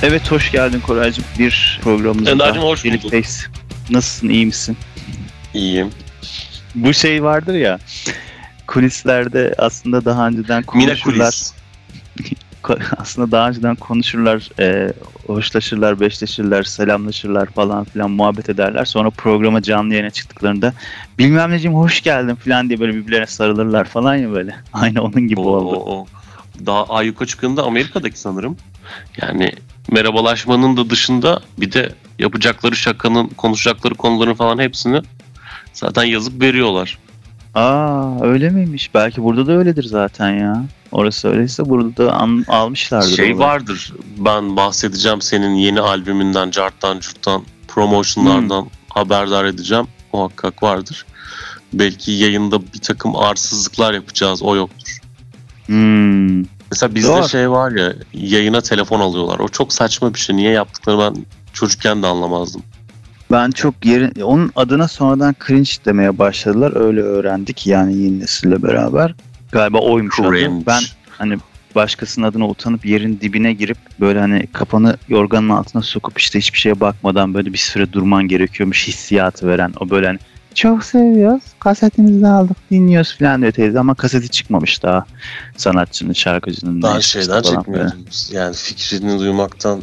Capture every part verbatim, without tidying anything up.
Evet, hoş geldin Koraycığım. Bir programımızda Ender'cim hoş bulduk. birlikteyiz. Nasılsın, iyi misin? İyiyim. Bu şey vardır ya, kulislerde aslında daha önceden Mine konuşurlar. kulis. Aslında daha önceden konuşurlar, e, hoşlaşırlar, beşleşirler, selamlaşırlar falan filan, muhabbet ederler. Sonra programa canlı yayına çıktıklarında bilmem necim hoş geldin falan diye böyle birbirlerine sarılırlar falan ya böyle. Aynı onun gibi O, oldu. o, o. Daha ayyuka çıktığında Amerika'daki sanırım. Yani merhabalaşmanın da dışında bir de yapacakları şakanın, konuşacakları konuların falan hepsini zaten yazıp veriyorlar. Aa, öyle miymiş? Belki burada da öyledir zaten ya. Orası öyleyse burada da an, almışlardır. Şey olayı. vardır, ben bahsedeceğim senin yeni albümünden, carttan curttan, promotionlardan hmm. haberdar edeceğim. Muhakkak vardır. Belki yayında bir takım arsızlıklar yapacağız, o yoktur. Hmm. Mesela bizde Doğru. şey var ya, yayına telefon alıyorlar. O çok saçma bir şey. Niye yaptıklarını ben çocukken de anlamazdım. Ben çok yerin, onun adına sonradan cringe demeye başladılar. Öyle öğrendik yani yeni nesille beraber. Galiba oymuş adı. Ben hani başkasının adına utanıp yerin dibine girip böyle hani kafanı yorganın altına sokup işte hiçbir şeye bakmadan böyle bir süre durman gerekiyormuş hissiyatı veren. O böyle hani çok seviyoruz, kasetimizi aldık, dinliyoruz falan diyor teyze ama kaseti çıkmamış daha sanatçının, şarkıcının. Daha şeyden çekmiyordum. Yani fikrini duymaktan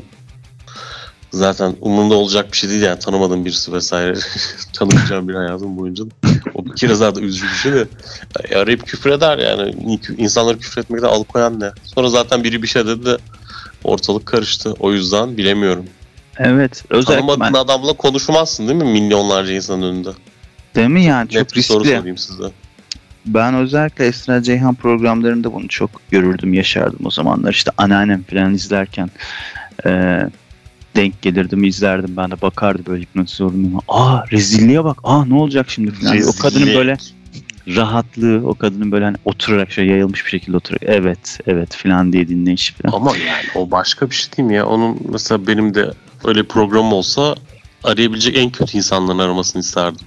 zaten umurumda olacak bir şey değil yani, tanımadığım birisi vesaire. Tanımayacağım bir hayatım boyunca. O bir kere zaten üzücü bir şey de. Arayıp küfür eder yani. İnsanları küfür etmekten alıkoyan ne? Sonra zaten biri bir şey dedi de ortalık karıştı. O yüzden bilemiyorum. Evet. Tanımadığın ben... adamla konuşmazsın değil mi milyonlarca insanın önünde? Değil mi yani? Çok Net bir riskli. soru sorayım size. Ben özellikle Esra Ceyhan programlarında bunu çok görürdüm, yaşardım o zamanlar. İşte anneannem falan izlerken e, denk gelirdim, izlerdim. Ben de bakardı böyle hipnotize olurdum. Aa, rezilliğe bak. Aa, ne olacak şimdi falan. O kadının böyle rahatlığı, o kadının böyle hani oturarak şöyle yayılmış bir şekilde oturuyor. Evet, evet falan diye dinleyiş falan. Ama yani o başka bir şey değil mi ya? Onun mesela benim de öyle program olsa arayabilecek en kötü insanların aramasını isterdim.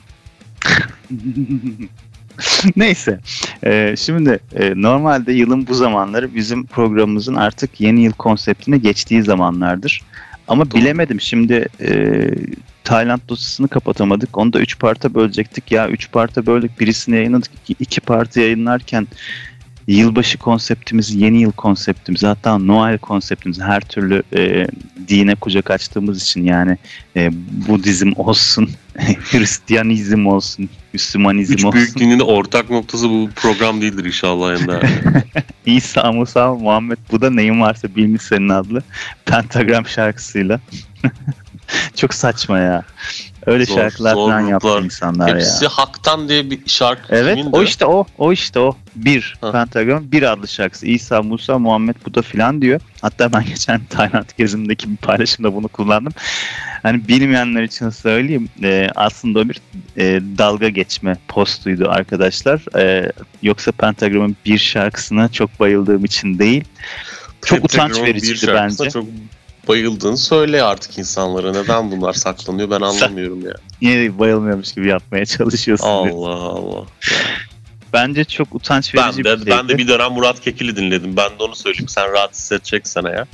Neyse. Ee, şimdi e, normalde yılın bu zamanları bizim programımızın artık yeni yıl konseptine geçtiği zamanlardır. Ama Doğru. bilemedim. Şimdi e, Tayland dosyasını kapatamadık. Onu da üç parta bölecektik. Ya üç parta böldük. Birisini yayınladık. İki, iki parti yayınlarken yılbaşı konseptimiz, yeni yıl konseptimiz, hatta Noel konseptimiz, her türlü e, dine kucak açtığımız için yani e, Budizm olsun, Hristiyanizm olsun, Müslümanizm Üç olsun. Üç büyük dinin de ortak noktası bu program değildir inşallah Ender. İsa, Musa, Muhammed, bu da neyin varsa bilmiş senin adlı Pentagram şarkısıyla. Çok saçma ya. Öyle zor, şarkılar falan yaptı insanlar hepsi ya. Hepsi Hak'tan diye bir şarkı. Evet, o de? işte o. O işte o. Bir. Ha. Pentagram bir adlı şarkısı. İsa, Musa, Muhammed, Buda filan diyor. Hatta ben geçen Tayland gezimdeki bir paylaşımda bunu kullandım. Hani bilmeyenler için söyleyeyim. E, aslında o bir e, dalga geçme postuydu arkadaşlar. E, yoksa Pentagram'ın bir şarkısına çok bayıldığım için değil. Çok utanç vericiydi bence. Çok bayıldığını söyle artık insanlara. Neden bunlar saklanıyor ben anlamıyorum ya. Niye bayılmıyormuş gibi yapmaya çalışıyorsun? Allah diye. Allah. Bence çok utanç verici ben de, bir şeydi. Ben de bir dönem Murat Kekil'i dinledim. Ben de onu söyleyeyim. Sen rahat hissedeceksen ya.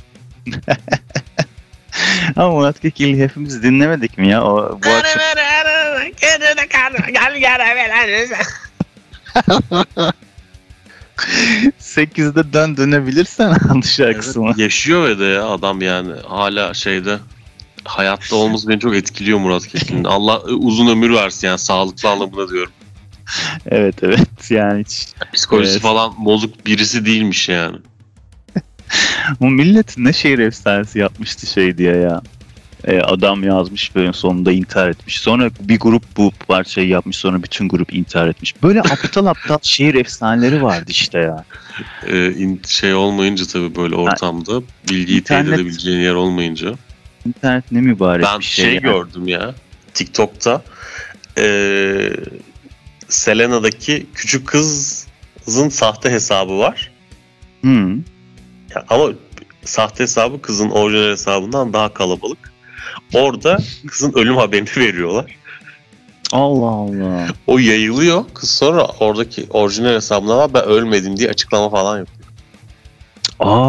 Ama Murat Kekil'i hepimiz dinlemedik mi ya? O, bu akşam... sekizde dön dönebilirsen adlı şarkısı evet, mı? Yaşıyor ve de ya adam yani hala şeyde hayatta olması beni çok etkiliyor Murat Kekil'in. Allah uzun ömür versin yani sağlıklı anlamında diyorum. Evet evet yani hiç. Psikolojisi evet. falan bozuk birisi değilmiş yani. Bu millet ne şehir efsanesi yapmıştı şey diye ya. Ee, adam yazmış ve sonunda intihar etmiş. Sonra bir grup bu parçayı yapmış, sonra bütün grup intihar etmiş. Böyle aptal aptal şehir efsaneleri vardı işte ya. Ee, in, şey olmayınca tabii böyle ortamda ha, bilgiyi İnternet, teyit edebileceğin yer olmayınca. İnternet ne mübarek ben bir şey. Ben şey yani. gördüm ya TikTok'ta. Ee, Selena'daki küçük kızın sahte hesabı var. Hmm. Ya, ama sahte hesabı kızın orijinal hesabından daha kalabalık. Orada kızın ölüm haberini veriyorlar. Allah Allah. O yayılıyor. Kız sonra oradaki orijinal hesabına var ben ölmedim diye açıklama falan yapıyor. Aa,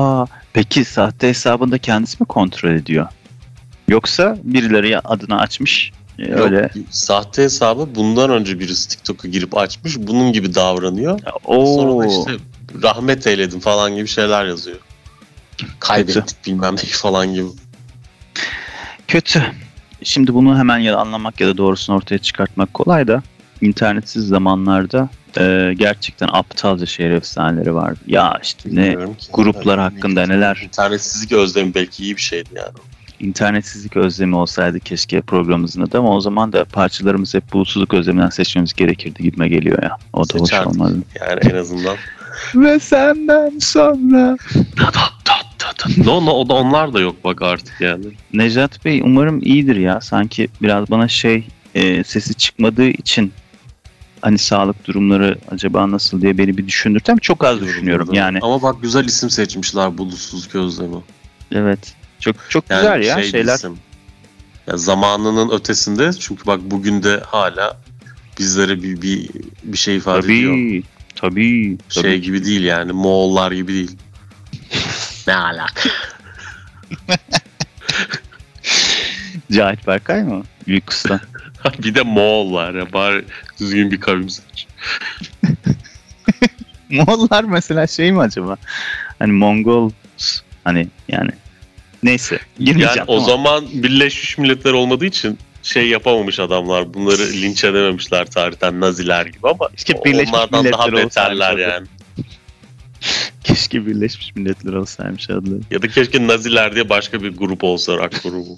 Peki sahte hesabında kendisi mi kontrol ediyor? Yoksa birileri adını açmış öyle. Yok, sahte hesabı bundan önce birisi TikTok'a girip açmış. Bunun gibi davranıyor. Oo. Sonra da işte rahmet eyledim falan gibi şeyler yazıyor. Kaybettik Kötü. Bilmem ne falan gibi. Kötü. Şimdi bunu hemen ya anlamak ya da doğrusunu ortaya çıkartmak kolay da internetsiz zamanlarda e, gerçekten aptalca şehir efsaneleri vardı. Ya işte Bilmiyorum ne ki, gruplar yani, hakkında neler. İnternetsizlik özlemi belki iyi bir şeydi yani. İnternetsizlik özlemi olsaydı keşke programımızın adı, ama o zaman da parçalarımız hep bulutsuzluk özleminden seçmemiz gerekirdi gibime geliyor ya. O da hoş olmadı. Yani en azından. Ve senden sonra. no, no, o da onlar da yok bak artık yani. Nejat Bey umarım iyidir ya. Sanki biraz bana şey e, sesi çıkmadığı için hani sağlık durumları acaba nasıl diye beni bir düşündürten çok az düşünüyorum yani. Ama bak güzel isim seçmişler, bulutsuzluk özlemi. Evet. Çok çok yani güzel ya şey şeyler. Isim. Ya zamanının ötesinde, çünkü bak bugün de hala bizlere bir bir bir şey ifade tabii, ediyor. Tabii. Şey tabii. gibi değil yani, Moğollar gibi değil. Ne alaka? Cahit Berkay mı? Büyük usta. Bir de Moğollar ya, bari düzgün bir kavim seç. Moğollar mesela şey mi acaba? Hani Mongol hani yani neyse. Yani o tamam. zaman Birleşmiş Milletler olmadığı için şey yapamamış adamlar. Bunları linç edememişler tarihten, Naziler gibi, ama işte onlardan daha beterler yani. Keşke Birleşmiş Milletler olsaymış adları. Ya da keşke Naziler diye başka bir grup olsa, rock grubu.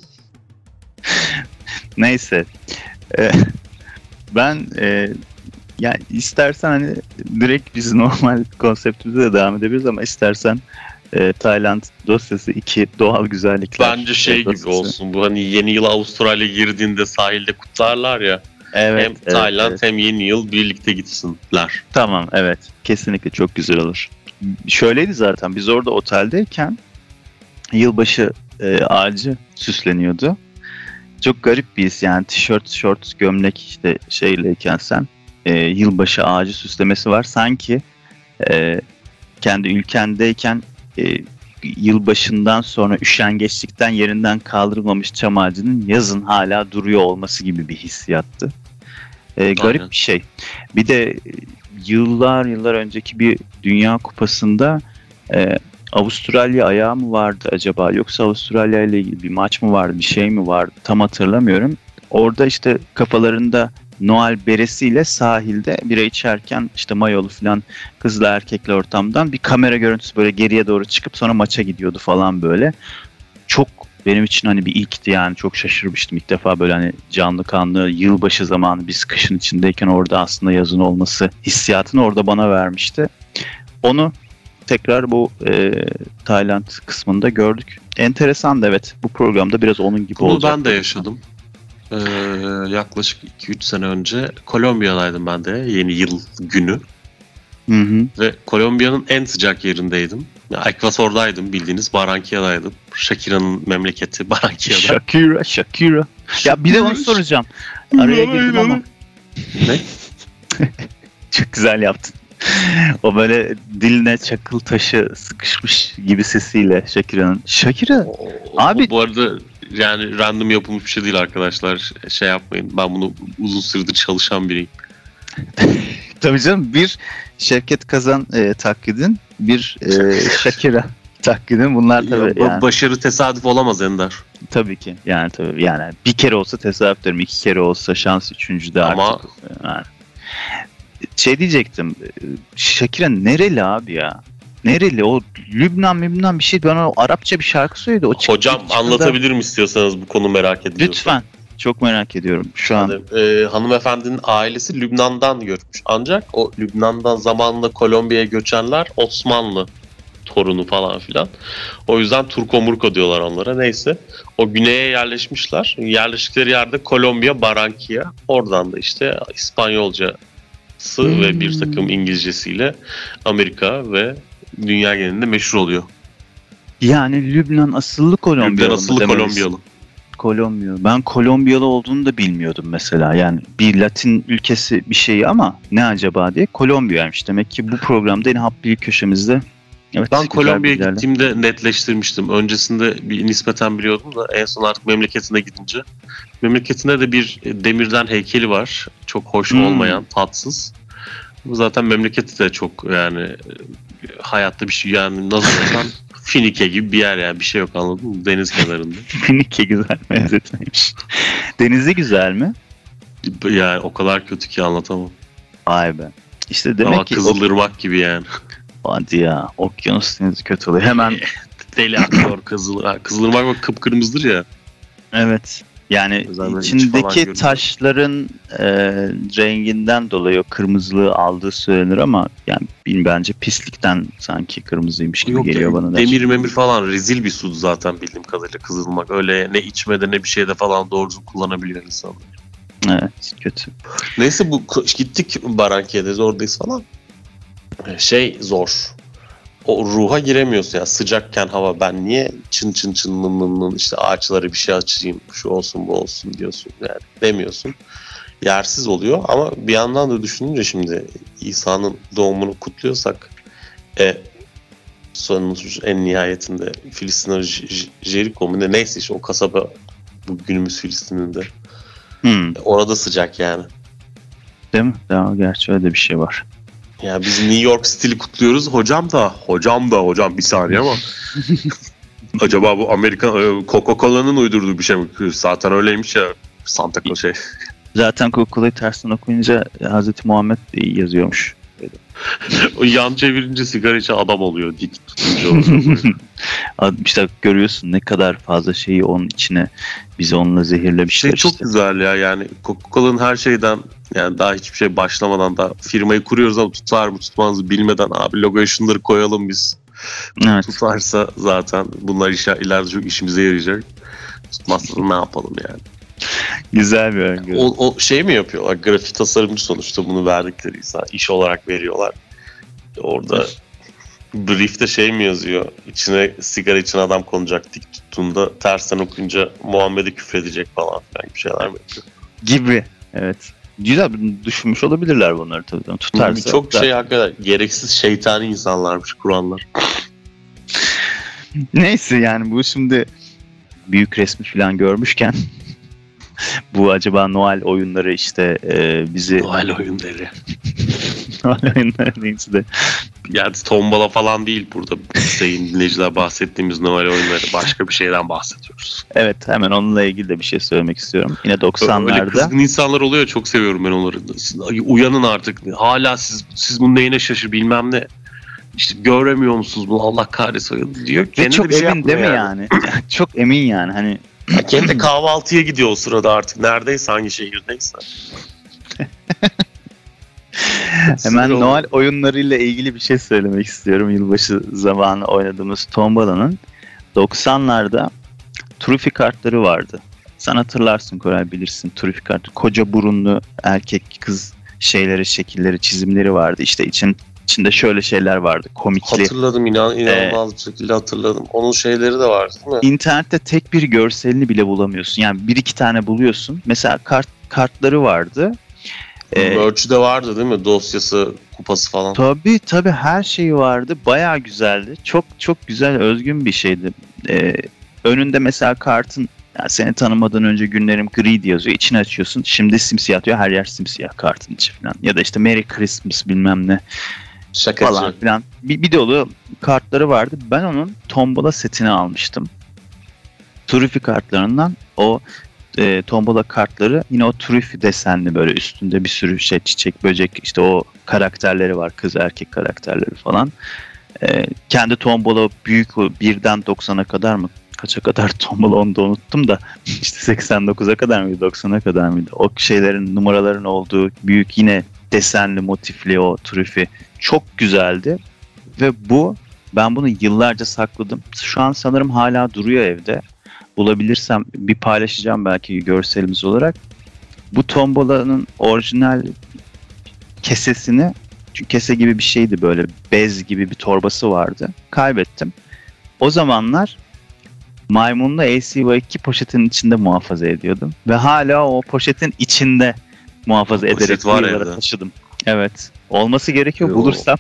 Neyse. Ee, ben e, yani istersen hani direkt biz normal konseptimize de devam edebiliriz, ama istersen e, Tayland dosyası iki doğal güzellikler. Bence şey dosyası gibi olsun bu, hani yeni yıl Avustralya girdiğinde sahilde kutlarlar ya. Evet, hem evet, Tayland evet. hem yeni yıl birlikte gitsinler. Tamam, evet. Kesinlikle çok güzel olur. Şöyleydi zaten, biz orada oteldeyken yılbaşı e, ağacı süsleniyordu. Çok garip bir his yani, tişört, şort, gömlek işte şeyleyken sen e, yılbaşı ağacı süslemesi var. Sanki e, kendi ülkendeyken e, yılbaşından sonra üşengeçlikten yerinden kaldırılmamış çam ağacının yazın hala duruyor olması gibi bir hissiyattı. E, garip Aynen. bir şey. Bir de yıllar yıllar önceki bir Dünya Kupası'nda e, Avustralya ayağı mı vardı acaba, yoksa Avustralya ile ilgili bir maç mı vardı, bir şey mi vardı, tam hatırlamıyorum. Orada işte kafalarında Noel beresiyle sahilde bira içerken işte mayolu falan kızla erkekli ortamdan bir kamera görüntüsü böyle geriye doğru çıkıp sonra maça gidiyordu falan böyle. Çok benim için hani bir ilkti yani, çok şaşırmıştım. İlk defa böyle hani canlı kanlı yılbaşı zamanı biz kışın içindeyken orada aslında yazın olması hissiyatını orada bana vermişti. Onu tekrar bu e, Tayland kısmında gördük. Enteresan da, evet, bu programda biraz onun gibi Bunu olacak. Bunu ben de yaşadım. Ee, yaklaşık iki üç sene önce Kolombiya'daydım ben de, yeni yıl günü. Hı hı. Ve Kolombiya'nın en sıcak yerindeydim. Ekvator'daydım, bildiğiniz Barranquilla'daydım. Shakira'nın memleketi Barranquilla'da. Shakira, Shakira. Ya bir de onu soracağım. Araya girdim ama. Ne? Çok güzel yaptın. O böyle diline çakıl taşı sıkışmış gibi sesiyle Shakira'nın. Shakira. O, abi. Bu arada yani random yapılmış bir şey değil arkadaşlar. Şey yapmayın. Ben bunu uzun süredir çalışan biriyim. Tabii canım, bir Şevket Kazan e, taklidin, bir e, Shakira taklidin, bunlar tabii ya, yani. Başarı tesadüf olamaz Ender. Tabii ki. Yani tabii yani bir kere olsa tesadüf derim, iki kere olsa şans, üçüncü de Ama... artık. Yani. Şey diyecektim. Shakira nereli abi ya? Nereli? O Lübnan, Lübnan bir şey. Bana o Arapça bir şarkı söyledi. O Hocam çıktı, anlatabilirim istiyorsanız, bu konu merak ediyorsanız. Lütfen. Çok merak ediyorum şu an. Yani, e, hanımefendinin ailesi Lübnan'dan göçmüş. Ancak o Lübnan'dan zamanla Kolombiya'ya göçenler Osmanlı torunu falan filan. O yüzden Turko Murko diyorlar onlara. Neyse. O güneye yerleşmişler. Yerleştikleri yerde Kolombiya, Barranquilla. Oradan da işte İspanyolcası hmm. ve bir takım İngilizcesiyle Amerika ve dünya genelinde meşhur oluyor. Yani Lübnan asıllı Kolombiyalı. Lübnan asıllı Kolombiyalı. Kolombiya. Ben Kolombiyalı olduğunu da bilmiyordum mesela. Yani bir Latin ülkesi bir şeyi ama ne acaba diye, Kolombiya'ymış. Demek ki bu programda en hap bir köşemizde Evet, Ben Kolombiya'ya güzel. gittiğimde netleştirmiştim. Öncesinde bir nispeten biliyordum da en son artık memleketine gidince. Memleketinde de bir demirden heykeli var. Çok hoş Hmm. olmayan, tatsız. Bu zaten memleketi de çok yani hayatta bir şey yani nazarından Finike gibi bir yer yani bir şey yok anladın mı? Deniz kenarında. Finike güzel benzetmeymiş. Denizi güzel mi? Yani o kadar kötü ki anlatamam. Vay be. İşte demek Ama ki Kızılırmak gibi yani. hadi ya, okyanus denizi kötü oluyor. Hemen deli akıyor Kızılırmak. Kızılırmak bak kıpkırmızıdır ya. evet. Yani Özellikle içindeki taşların e, renginden dolayı o kırmızılığı aldığı söylenir ama yani bence pislikten sanki kırmızıymış gibi Yok, geliyor bana da. Demir memir falan rezil bir su zaten bildiğim kadarıyla Kızılırmak. Öyle ne içmede ne bir şeyde falan doğru düzgün kullanabiliyor insanlar. Evet, kötü. Neyse bu gittik Barranquilla'da oradayız falan. Şey zor. O ruha giremiyorsun ya sıcakken hava ben niye çın çın çın nın nın nın işte ağaçlara bir şey açayım şu olsun bu olsun diyorsun yani demiyorsun. Yersiz oluyor ama bir yandan da düşününce şimdi İsa'nın doğumunu kutluyorsak e, sonumuz en nihayetinde Filistin Jericho mu ne neyse işte o kasaba bu günümüz Filistin'in de Hmm. orada sıcak yani. Değil mi? Daha gerçi öyle bir şey var. Ya biz New York stili kutluyoruz. Hocam da, hocam da, hocam bir saniye ama acaba bu Amerikan Coca-Cola'nın uydurduğu bir şey mi? Zaten öyleymiş ya. Santa Claus şey. Zaten Coca-Cola'yı tersten okuyunca Hazreti Muhammed yazıyormuş. O yan çevirince sigara içen adam oluyor. Dik tutunca oluyor. İşte görüyorsun ne kadar fazla şeyi onun içine bizi onunla zehirlemişler. Şey çok işte. güzel ya yani Coca-Cola'nın her şeyden yani daha hiçbir şey başlamadan da firmayı kuruyoruz ama tutar mı tutmaz mı bilmeden abi logoya şunları koyalım biz. Evet. Tutarsa zaten bunlar işe, ileride çok işimize yarayacak. Tutmazsa ne yapalım yani. Güzel bir öngörü. O, o şey mi yapıyorlar? Grafik tasarımcı sonuçta bunu verdikleri insan. İş olarak veriyorlar. Orada brief'te şey mi yazıyor? İçine sigara için adam konacak dik tuttuğunda tersten okuyunca Muhammed'e küfredecek falan filan bir şeyler mi yapıyor? Gibi. Evet. Güzel düşünmüş olabilirler bunları tabii. Tutarsa. Çok şey hakikaten gereksiz şeytani insanlarmış Kur'anlar. Neyse yani bu şimdi büyük resmi falan görmüşken bu acaba Noel oyunları işte e, bizi... Noel oyunları. Noel oyunları neyse de. Yani tombala falan değil burada sayın dinleyiciler bahsettiğimiz Noel oyunları. Başka bir şeyden bahsediyoruz. Evet hemen onunla ilgili de bir şey söylemek istiyorum. Yine doksanlarda. Öyle kızgın insanlar oluyor çok seviyorum ben onları. Uyanın artık. Hala siz siz bunun neyine şaşır bilmem ne. İşte göremiyor musunuz bunu Allah kahretsin diyor. Ve çok de emin şey değil mi yani? yani? Çok emin yani hani. Ya kendi de kahvaltıya gidiyor o sırada artık. Neredeyse hangi şehirdeyse. Hemen Noel oyunlarıyla ilgili bir şey söylemek istiyorum. Yılbaşı zamanı oynadığımız Tombala'nın doksanlarda Trufi kartları vardı. Sen hatırlarsın Koray bilirsin Trufi kartı. Koca burunlu erkek kız şeyleri, şekilleri, çizimleri vardı. İşte için içinde şöyle şeyler vardı. Komikli. Hatırladım inan, inanılmaz ee, bir şekilde hatırladım. Onun şeyleri de vardı değil mi? İnternette tek bir görselini bile bulamıyorsun. Yani bir iki tane buluyorsun. Mesela kart kartları vardı. Merch'ü de vardı değil mi? Dosyası, kupası falan. Tabii tabii her şeyi vardı. Bayağı güzeldi. Çok çok güzel, özgün bir şeydi. Ee, önünde mesela kartın yani seni tanımadan önce günlerim gri yazıyor. İçini açıyorsun. Şimdi simsiyah diyor. Her yer simsiyah kartın içi falan. Ya da işte Merry Christmas bilmem ne. Şakacı. Falan filan. Bir, bir dolu kartları vardı. Ben onun tombola setini almıştım. Trufi kartlarından o e, tombola kartları yine o Trufi desenli böyle üstünde bir sürü şey çiçek böcek işte o karakterleri var kız erkek karakterleri falan. E, kendi tombola büyük o birden doksana kadar mı? Kaça kadar tombola onu da unuttum da işte seksen dokuza kadar mıydı doksana kadar mıydı? O şeylerin numaraların olduğu büyük yine desenli motifli o Trufi çok güzeldi ve bu ben bunu yıllarca sakladım. Şu an sanırım hala duruyor evde. Bulabilirsem bir paylaşacağım belki görselimiz olarak. Bu tombolanın orijinal kesesini çünkü kese gibi bir şeydi böyle bez gibi bir torbası vardı. Kaybettim. O zamanlar maymunlu A C Y iki poşetin içinde muhafaza ediyordum. Ve hala o poşetin içinde muhafaza o ederek var evde. Taşıdım. Evet. Olması gerekiyor Yo. bulursam.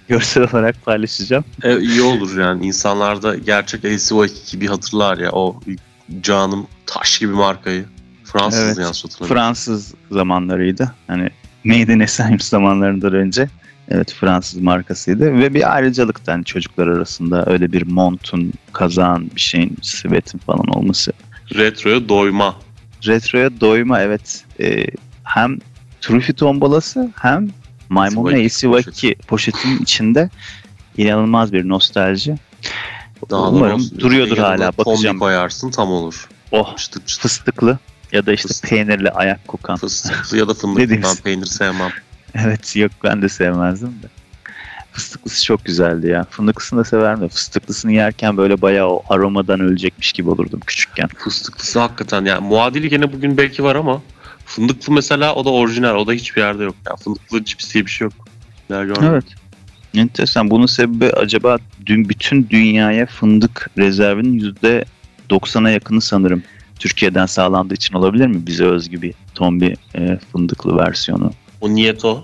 görsel olarak paylaşacağım. E, iyi olur yani. İnsanlarda gerçek L C O iki gibi hatırlar ya. O canım taş gibi markayı. Fransız Evet, yanlış hatırlamıyorum. Fransız zamanlarıydı. Hani Made in Essence zamanlarından önce. Evet, Fransız markasıydı ve bir ayrıcalıktan hani çocuklar arasında öyle bir montun, kazağın, bir şeyin, sivetin falan olması. Retroya doyma. Retroya doyma, evet. Ee, hem Truffy tombalası hem maymun ve Isiwaki poşetinin içinde inanılmaz bir nostalji. Daha Umarım duruyordur hala, bakacağım. Kombi koyarsın tam olur. Oh, çıtık çıtık. Fıstıklı ya da işte Fıstık. peynirli ayak kokan. Fıstıklı ya da fındıklı. Ben peynir sevmem. Evet, yok, ben de sevmezdim de. Fıstıklısı çok güzeldi ya. Fındıklısını da severim de fıstıklısını yerken böyle bayağı o aromadan ölecekmiş gibi olurdum küçükken. Fıstıklısı hakikaten yani muadili gene bugün belki var ama fındıklı mesela o da orijinal. O da hiçbir yerde yok. Yani fındıklı cips diye bir şey yok. Evet. Enteresan. Bunun sebebi acaba dün bütün dünyaya fındık rezervinin yüzde doksana yakını sanırım Türkiye'den sağlandığı için olabilir mi? Bize özgü bir ton bir e, fındıklı versiyonu. O niyet o.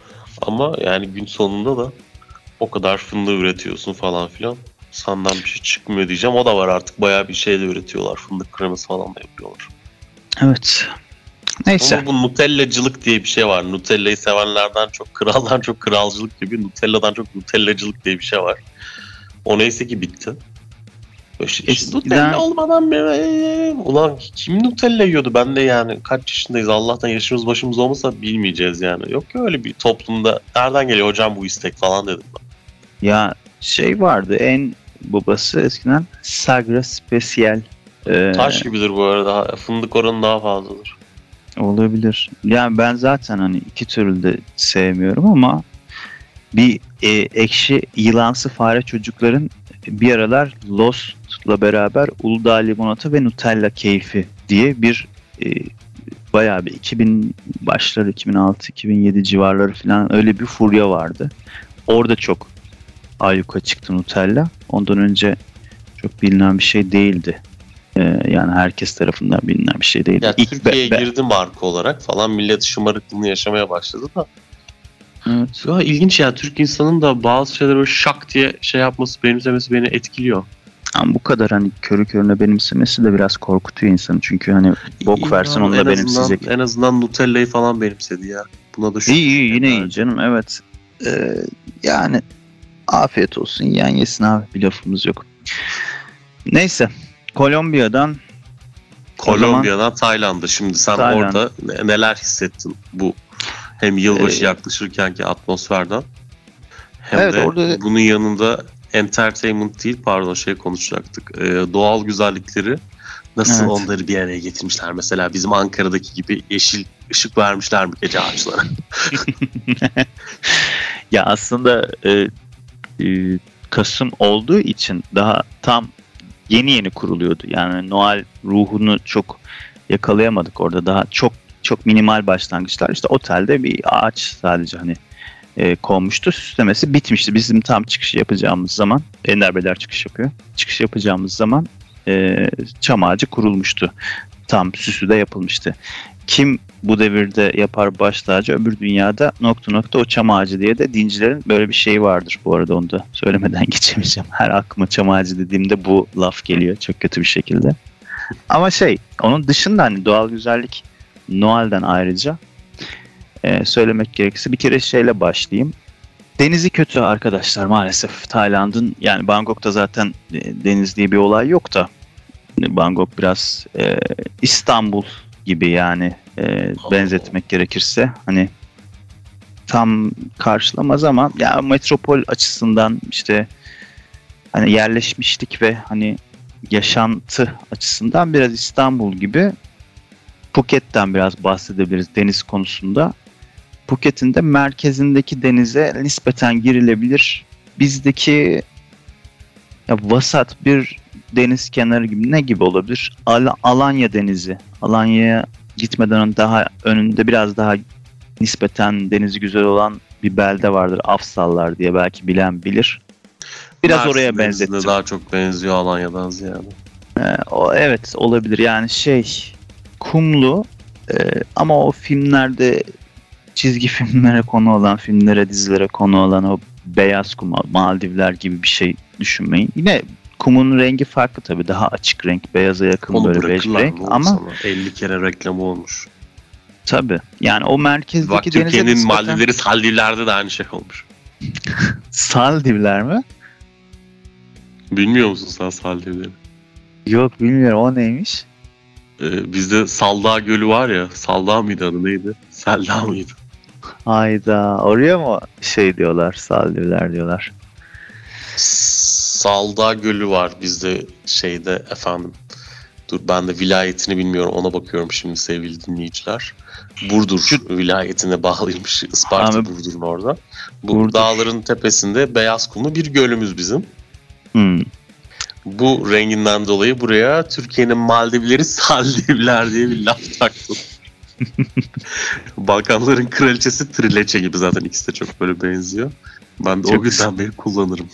Ama yani gün sonunda da o kadar fındığı üretiyorsun falan filan. Sandan bir şey çıkmıyor diyeceğim. O da var artık. Bayağı bir şey de üretiyorlar. Fındık kreması falan da yapıyorlar. Evet. Neyse. Ama bu Nutellacılık diye bir şey var. Nutella'yı sevenlerden çok, kraldan çok kralcılık gibi, Nutella'dan çok Nutellacılık diye bir şey var. O neyse ki bitti. İşte, işte Nutella olmadan bir... Ulan kim Nutella yiyordu? Ben de yani kaç yaşındayız? Allah'tan yaşımız başımız olmasa bilmeyeceğiz yani. Yok ki öyle bir toplumda. Nereden geliyor hocam bu istek falan dedim ben. Ya şey vardı, en babası eskiden Sagra Special. Ee, Taş gibidir bu arada. Fındık oranı daha fazladır. Olabilir. Yani ben zaten hani iki türlü de sevmiyorum ama bir e, ekşi yılansı fare çocukların bir aralar Lost'la beraber Uludağ limonata ve Nutella keyfi diye bir e, bayağı bir iki bin başları, iki bin altı iki bin yedi civarları falan öyle bir furya vardı. Orada çok ayyuka çıktı Nutella. Ondan önce çok bilinen bir şey değildi. Ee, yani herkes tarafından bilinen bir şey değildi. Ya İlk Türkiye'ye be- be- girdi marka olarak falan. Millet şımarıklığını yaşamaya başladı da. Evet. Ya ilginç ya, Türk insanın da bazı şeyleri böyle şak diye şey yapması, benimsemesi beni etkiliyor. Ama bu kadar hani körü körüne benimsemesi de biraz korkutuyor insanı. Çünkü hani bok versin onu da benimseyecek. En azından Nutella'yı falan benimsedi ya. Buna da şu. İyi iyi yine iyi canım, evet. Ee, yani afiyet olsun, yiyen yesin abi, bir lafımız yok. Neyse, Kolombiya'dan Kolombiya'dan zaman... Tayland'a. Şimdi sen Tayland. Orada neler hissettin bu hem yılbaşı ee, yaklaşırkenki atmosferden hem evet, de orada... bunun yanında entertainment değil, pardon şey konuşacaktık. Ee, doğal güzellikleri nasıl evet. Onları bir araya getirmişler. Mesela bizim Ankara'daki gibi yeşil ışık vermişler mi gece ağaçlara? Ya aslında e, e, Kasım olduğu için daha tam yeni yeni kuruluyordu. Yani Noel ruhunu çok yakalayamadık orada. Daha çok çok minimal başlangıçlar. İşte otelde bir ağaç sadece hani e, konmuştu. Süslemesi bitmişti. Bizim tam çıkış yapacağımız zaman, Ender Beyler çıkış yapıyor. Çıkış yapacağımız zaman e, çam ağacı kurulmuştu. Tam süsü de yapılmıştı. Kim bu devirde yapar baş tacı, öbür dünyada nokta nokta o çam ağacı diye de dincilerin böyle bir şeyi vardır. Bu arada onu da söylemeden geçemeyeceğim. Her aklıma çam ağacı dediğimde bu laf geliyor çok kötü bir şekilde. Ama şey, onun dışında hani doğal güzellik Noel'den ayrıca e, söylemek gerekirse bir kere şeyle başlayayım. Denizi kötü arkadaşlar maalesef Tayland'ın. Yani Bangkok'ta zaten e, deniz diye bir olay yok da Bangkok biraz e, İstanbul gibi yani e, benzetmek gerekirse hani tam karşılamaz ama ya metropol açısından işte hani yerleşmişlik ve hani yaşantı açısından biraz İstanbul gibi. Phuket'ten biraz bahsedebiliriz deniz konusunda. Phuket'in de merkezindeki denize nispeten girilebilir. Bizdeki ya vasat bir deniz kenarı gibi, ne gibi olabilir? Al- Alanya Denizi. Alanya'ya gitmeden daha önünde biraz daha nispeten denizi güzel olan bir belde vardır. Afsallar diye, belki bilen bilir. Biraz Mersin oraya benzettim. Daha çok benziyor Alanya'dan ziyade. Ee, o, evet olabilir. Yani şey kumlu e, ama o filmlerde çizgi filmlere konu olan, filmlere, dizilere konu olan o beyaz kum, Maldivler gibi bir şey düşünmeyin. Yine kumun rengi farklı tabii. Daha açık renk, beyaza yakın Onu böyle bej renk ama sana. elli kere reklamı olmuş. Tabii. Yani o merkezdeki Bak, denize Türkiye'nin nispeten... Maldivleri Saldivler'de de aynı şey olmuş. Saldivler mi? Bilmiyor musun sen Saldivleri? Yok, bilmiyorum. O neymiş? Ee, bizde Saldağ Gölü var ya. Saldağ mıydı adı, neydi? Selda mıydı? Hayda. Oraya mı şey diyorlar? Saldivler diyorlar. Saldağ Gölü var bizde şeyde efendim. Dur, ben de vilayetini bilmiyorum, ona bakıyorum şimdi sevgili dinleyiciler. Burdur Şu... vilayetine bağlıymış. Isparta Abi, Burdur'un orada. Bu Burdur. Dağların tepesinde beyaz kumlu bir gölümüz bizim. Hmm. Bu renginden dolayı buraya Türkiye'nin Maldivleri Saldivler diye bir laf taktım. Balkanların kraliçesi Trileçe gibi, zaten ikisi de çok böyle benziyor. Ben de çok o günden beri kullanırım.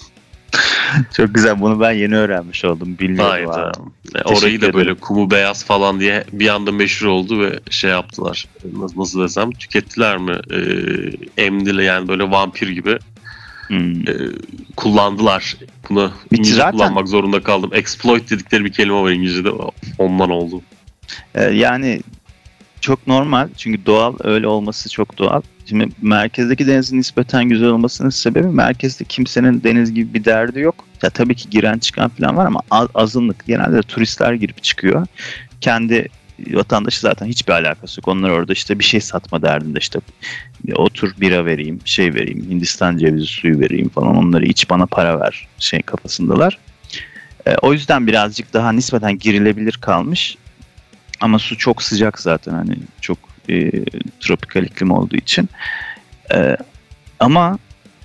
Çok güzel. Bunu ben yeni öğrenmiş oldum. Bilmiyorum. E, orayı da böyle kumu beyaz falan diye bir anda meşhur oldu ve şey yaptılar. Nasıl, nasıl desem, tükettiler mi? E, emdiler yani, böyle vampir gibi. Hmm. E, kullandılar. Bunu İngilizce zaten... kullanmak zorunda kaldım. Exploit dedikleri bir kelime var İngilizce'de. Ondan oldu. E, yani çok normal. Çünkü doğal, öyle olması çok doğal. Şimdi merkezdeki denizin nispeten güzel olmasının sebebi, merkezde kimsenin deniz gibi bir derdi yok. Ya tabii ki giren çıkan falan var ama az, azınlık. Genelde de turistler girip çıkıyor. Kendi vatandaşı zaten hiçbir alakası yok. Onlar orada işte bir şey satma derdinde, işte otur bira vereyim, şey vereyim, Hindistan cevizi suyu vereyim falan, onları iç, bana para ver şey kafasındalar. E, o yüzden birazcık daha nispeten girilebilir kalmış. Ama su çok sıcak zaten, hani çok e, tropikal iklim olduğu için. E, ama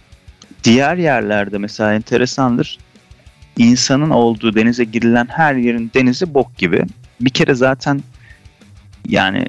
diğer yerlerde mesela enteresandır. İnsanın olduğu denize girilen her yerin denizi bok gibi. Bir kere zaten yani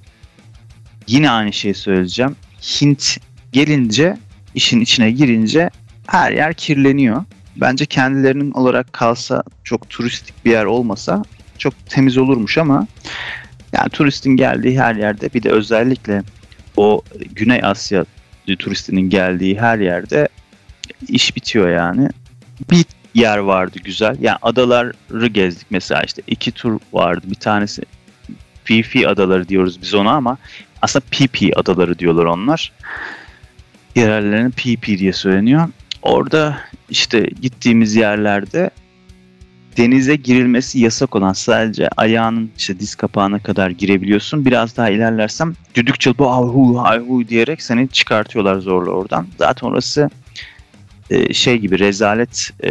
yine aynı şeyi söyleyeceğim. Hint gelince, işin içine girince her yer kirleniyor. Bence kendilerinin olarak kalsa, çok turistik bir yer olmasa çok temiz olurmuş ama yani turistin geldiği her yerde, bir de özellikle o Güney Asya turistinin geldiği her yerde iş bitiyor yani. Bir yer vardı güzel. Yani adaları gezdik mesela, işte iki tur vardı. Bir tanesi Phi Phi adaları diyoruz biz ona ama aslında Phi Phi adaları diyorlar onlar. Yerellerine Phi Phi diye söyleniyor. Orada işte gittiğimiz yerlerde denize girilmesi yasak olan, sadece ayağının işte diz kapağına kadar girebiliyorsun. Biraz daha ilerlersem düdük çalıp ahu ahu diyerek seni çıkartıyorlar zorla oradan. Zaten orası e, şey gibi rezalet, e,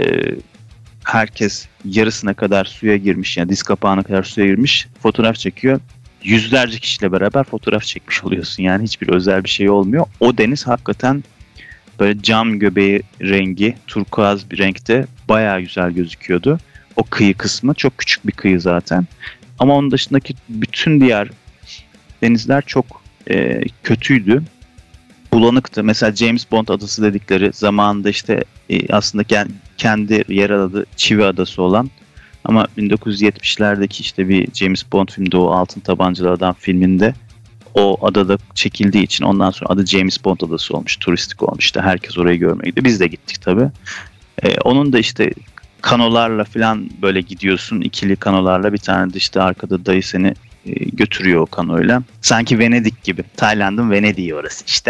herkes yarısına kadar suya girmiş, yani diz kapağına kadar suya girmiş, fotoğraf çekiyor. Yüzlerce kişiyle beraber fotoğraf çekmiş oluyorsun. Yani hiçbir özel bir şey olmuyor. O deniz hakikaten böyle cam göbeği rengi, turkuaz bir renkte, bayağı güzel gözüküyordu. O kıyı kısmı çok küçük bir kıyı zaten. Ama onun dışındaki bütün diğer denizler çok e, kötüydü. Bulanıktı. Mesela James Bond adası dedikleri, zamanında işte e, aslında kend, kendi yer adı Çivi Adası olan, ama bin dokuz yüz yetmişlerdeki işte bir James Bond filmde, o Altın Tabancalı Adam filminde o adada çekildiği için ondan sonra adı James Bond Adası olmuş. Turistik olmuş. İşte herkes orayı görmeye gidiyor. Biz de gittik tabii. E, onun da işte kanolarla falan böyle gidiyorsun. İkili kanolarla, bir tane de işte arkada dayı seni e, götürüyor o kanoyla. Sanki Venedik gibi. Tayland'ın Venedik'i orası işte.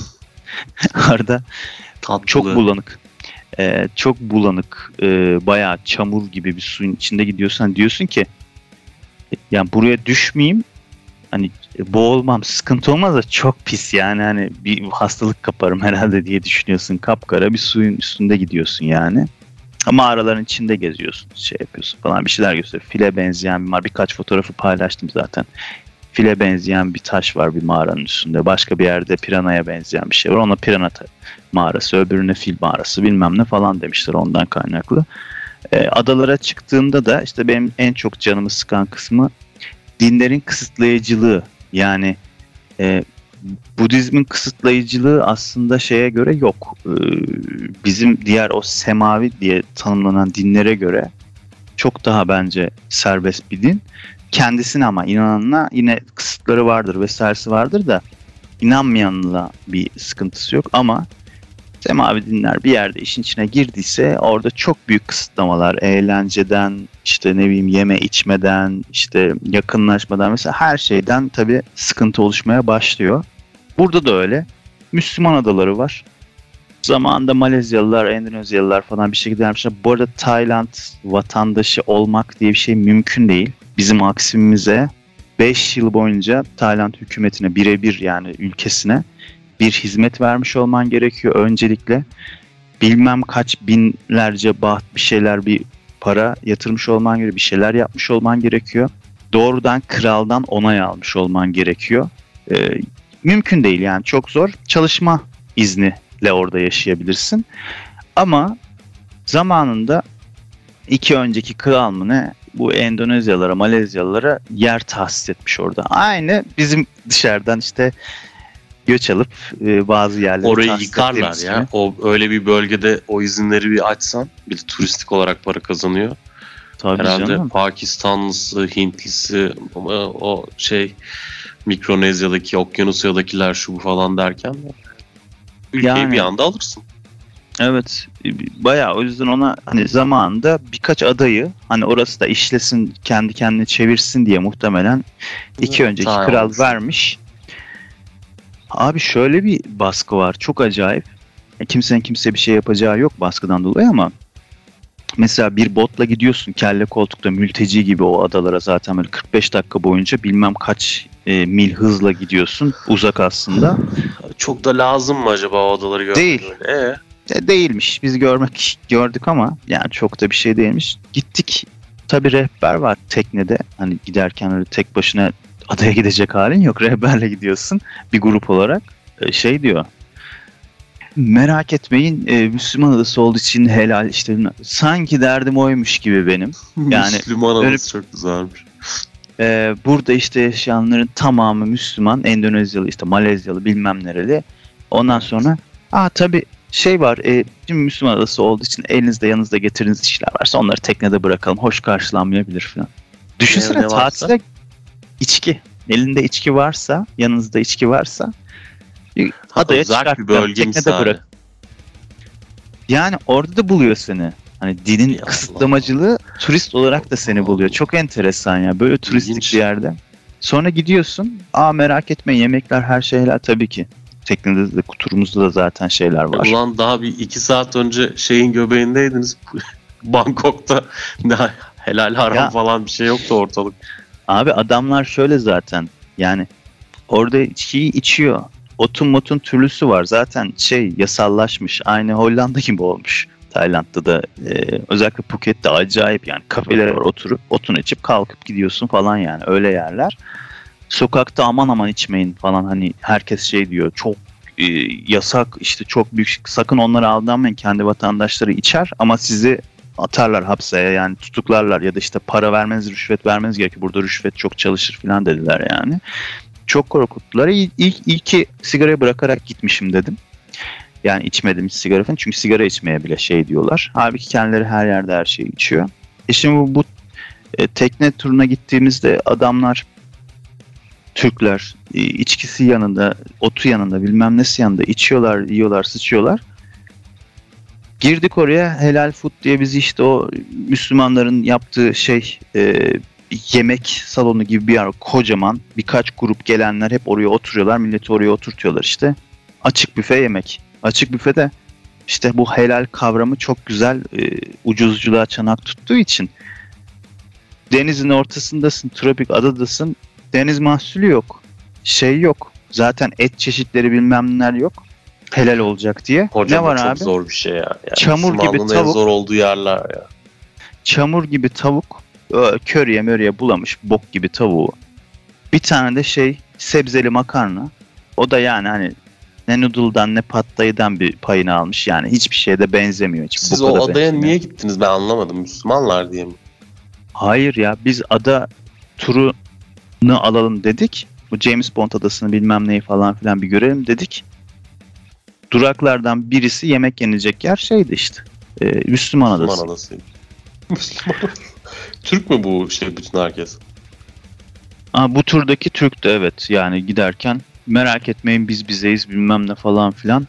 Orada Tatlı. Çok bulanık. E, çok bulanık. E, bayağı çamur gibi bir suyun içinde gidiyorsan diyorsun ki yani buraya düşmeyeyim, hani boğulmam, sıkıntı olmaz da çok pis yani, hani bir hastalık kaparım herhalde diye düşünüyorsun. Kapkara bir suyun üstünde gidiyorsun yani. Mağaraların içinde geziyorsun, şey yapıyorsun falan, bir şeyler gösteriyor. File benzeyen bir mağara, birkaç fotoğrafı paylaştım zaten. File benzeyen bir taş var bir mağaranın üstünde. Başka bir yerde piranaya benzeyen bir şey var. Ona pirana mağarası, öbürüne fil mağarası bilmem ne falan demişler, ondan kaynaklı. E, adalara çıktığımda da işte benim en çok canımı sıkan kısmı dinlerin kısıtlayıcılığı. Yani e, Budizmin kısıtlayıcılığı aslında şeye göre yok. Ee, bizim diğer o semavi diye tanımlanan dinlere göre çok daha bence serbest bir din. Kendisine ama inananına yine kısıtları vardır vesairesi vardır da, inanmayanla bir sıkıntısı yok ama semavi dinler bir yerde işin içine girdiyse orada çok büyük kısıtlamalar, eğlenceden, işte ne bileyim yeme içmeden, işte yakınlaşmadan mesela her şeyden tabii sıkıntı oluşmaya başlıyor. Burada da öyle. Müslüman adaları var. Zamanında Malezyalılar, Endonezyalılar falan bir şekilde gelmişler. Bu arada Tayland vatandaşı olmak diye bir şey mümkün değil. Bizim aksimize beş yıl boyunca Tayland hükümetine birebir yani ülkesine bir hizmet vermiş olman gerekiyor öncelikle. Bilmem kaç binlerce baht bir şeyler bir para yatırmış olman gerekiyor. Bir şeyler yapmış olman gerekiyor. Doğrudan kraldan onay almış olman gerekiyor. Ee, mümkün değil yani çok zor. Çalışma izniyle orada yaşayabilirsin. Ama zamanında iki önceki kral mı ne bu Endonezyalılara, Malezyalılara yer tahsis etmiş orada. Aynı bizim dışarıdan işte göç alıp e, bazı yerleri orayı tahsis yıkarlar ettiğimiz ya. gibi. O öyle bir bölgede o izinleri bir açsan, bir de turistik olarak para kazanıyor. Tabii Herhalde canım. Pakistanlısı, Hintlisi, o, o şey Mikronezya'daki, Okyanusya'dakiler şu bu falan derken ülkeyi Yani. bir anda alırsın. Evet, bayağı o yüzden ona hani zamanında birkaç adayı hani orası da işlesin kendi kendine çevirsin diye muhtemelen iki Evet, önceki tamam. kral vermiş. Abi şöyle bir baskı var çok acayip. Kimsenin kimseye bir şey yapacağı yok baskıdan dolayı ama mesela bir botla gidiyorsun kelle koltukta mülteci gibi o adalara zaten böyle kırk beş dakika boyunca bilmem kaç e, mil hızla gidiyorsun uzak aslında. Çok da lazım mı acaba o adaları görmek? Değil. Öyle? Ee? De değilmiş. Biz görmek gördük ama yani çok da bir şey değilmiş. Gittik. Tabii rehber var teknede. Hani giderken öyle tek başına adaya gidecek halin yok. Rehberle gidiyorsun bir grup olarak. Ee, şey diyor. Merak etmeyin e, Müslüman adası olduğu için helal işte sanki derdim oymuş gibi benim. Yani Müslüman öyle- adası çok güzelmiş. Ee, burada işte yaşayanların tamamı Müslüman. Endonezyalı işte Malezyalı bilmem nereli. Ondan sonra aa tabii şey var. E, şimdi Müslüman adası olduğu için elinizde yanınızda getirdiğiniz işler varsa onları teknede bırakalım. Hoş karşılanmayabilir falan. Düşünsene Ne varsa? tatile içki. Elinde içki varsa, yanınızda içki varsa bir adaya Uzak çıkart. bir bölge teknede misali. bırak. Yani orada da buluyor seni. Hani dinin Ya Allah. kısıtlamacılığı turist olarak da seni buluyor. Çok enteresan ya. Böyle turistik İlginç. bir yerde. Sonra gidiyorsun. Aa merak etmeyin yemekler her şeyler tabii ki. Teknede de turumuzda da zaten şeyler var. Ulan daha bir iki saat önce şeyin göbeğindeydiniz. Bangkok'ta ne helal haram Ya. falan bir şey yoktu ortalık. Abi adamlar şöyle zaten. Yani orada içkiyi içiyor. Otun motun türlüsü var. Zaten şey yasallaşmış. Aynı Hollanda gibi olmuş. Tayland'da da e, özellikle Phuket'te acayip yani kafeler var oturup otunu içip kalkıp gidiyorsun falan yani öyle yerler. Sokakta aman aman içmeyin falan hani herkes şey diyor çok e, yasak işte çok büyük sakın onlara aldanmayın kendi vatandaşları içer ama sizi atarlar hapse yani tutuklarlar ya da işte para vermeniz rüşvet vermeniz gerekiyor burada rüşvet çok çalışır falan dediler yani. Çok korkuttular. İlk, ilk, ilk ki sigarayı bırakarak gitmişim dedim. Yani içmedim hiç sigara falan. Çünkü sigara içmeye bile şey diyorlar. Halbuki kendileri her yerde her şeyi içiyor. E şimdi bu, bu e, tekne turuna gittiğimizde adamlar Türkler e, içkisi yanında, otu yanında, bilmem nesi yanında içiyorlar, yiyorlar, sıçıyorlar. Girdik oraya helal food diye bizi işte o Müslümanların yaptığı şey e, yemek salonu gibi bir yer kocaman birkaç grup gelenler hep oraya oturuyorlar milleti oraya oturtuyorlar işte açık büfe yemek açık büfede işte bu helal kavramı çok güzel e, ucuzculuğa çanak tuttuğu için denizin ortasındasın tropik adadasın deniz mahsulü yok şey yok zaten et çeşitleri bilmem neler yok helal olacak diye Hocam ne var çok abi zor bir şey ya. Yani Çamur gibi Müslümanlığın en tavuk. zor olduğu yerler ya. çamur gibi tavuk, köreye möreye bulamış bok gibi tavuğu. Bir tane de şey sebzeli makarna. O da yani hani ne noodle'dan ne pattayıdan bir payını almış. Yani hiçbir şeye de benzemiyor. Hiç Siz boka o da adaya benzemiyor. niye gittiniz ben anlamadım. Müslümanlar diye mi? Hayır ya biz ada turunu alalım dedik. Bu James Bond adasını bilmem neyi falan filan bir görelim dedik. Duraklardan birisi yemek yenilecek yer şeydi işte. Ee, Müslüman adası. Müslüman adası. Müslüman. Türk mü bu şey bütün herkes? Aa, bu turdaki Türk'tü evet yani giderken merak etmeyin biz bizeyiz bilmem ne falan filan.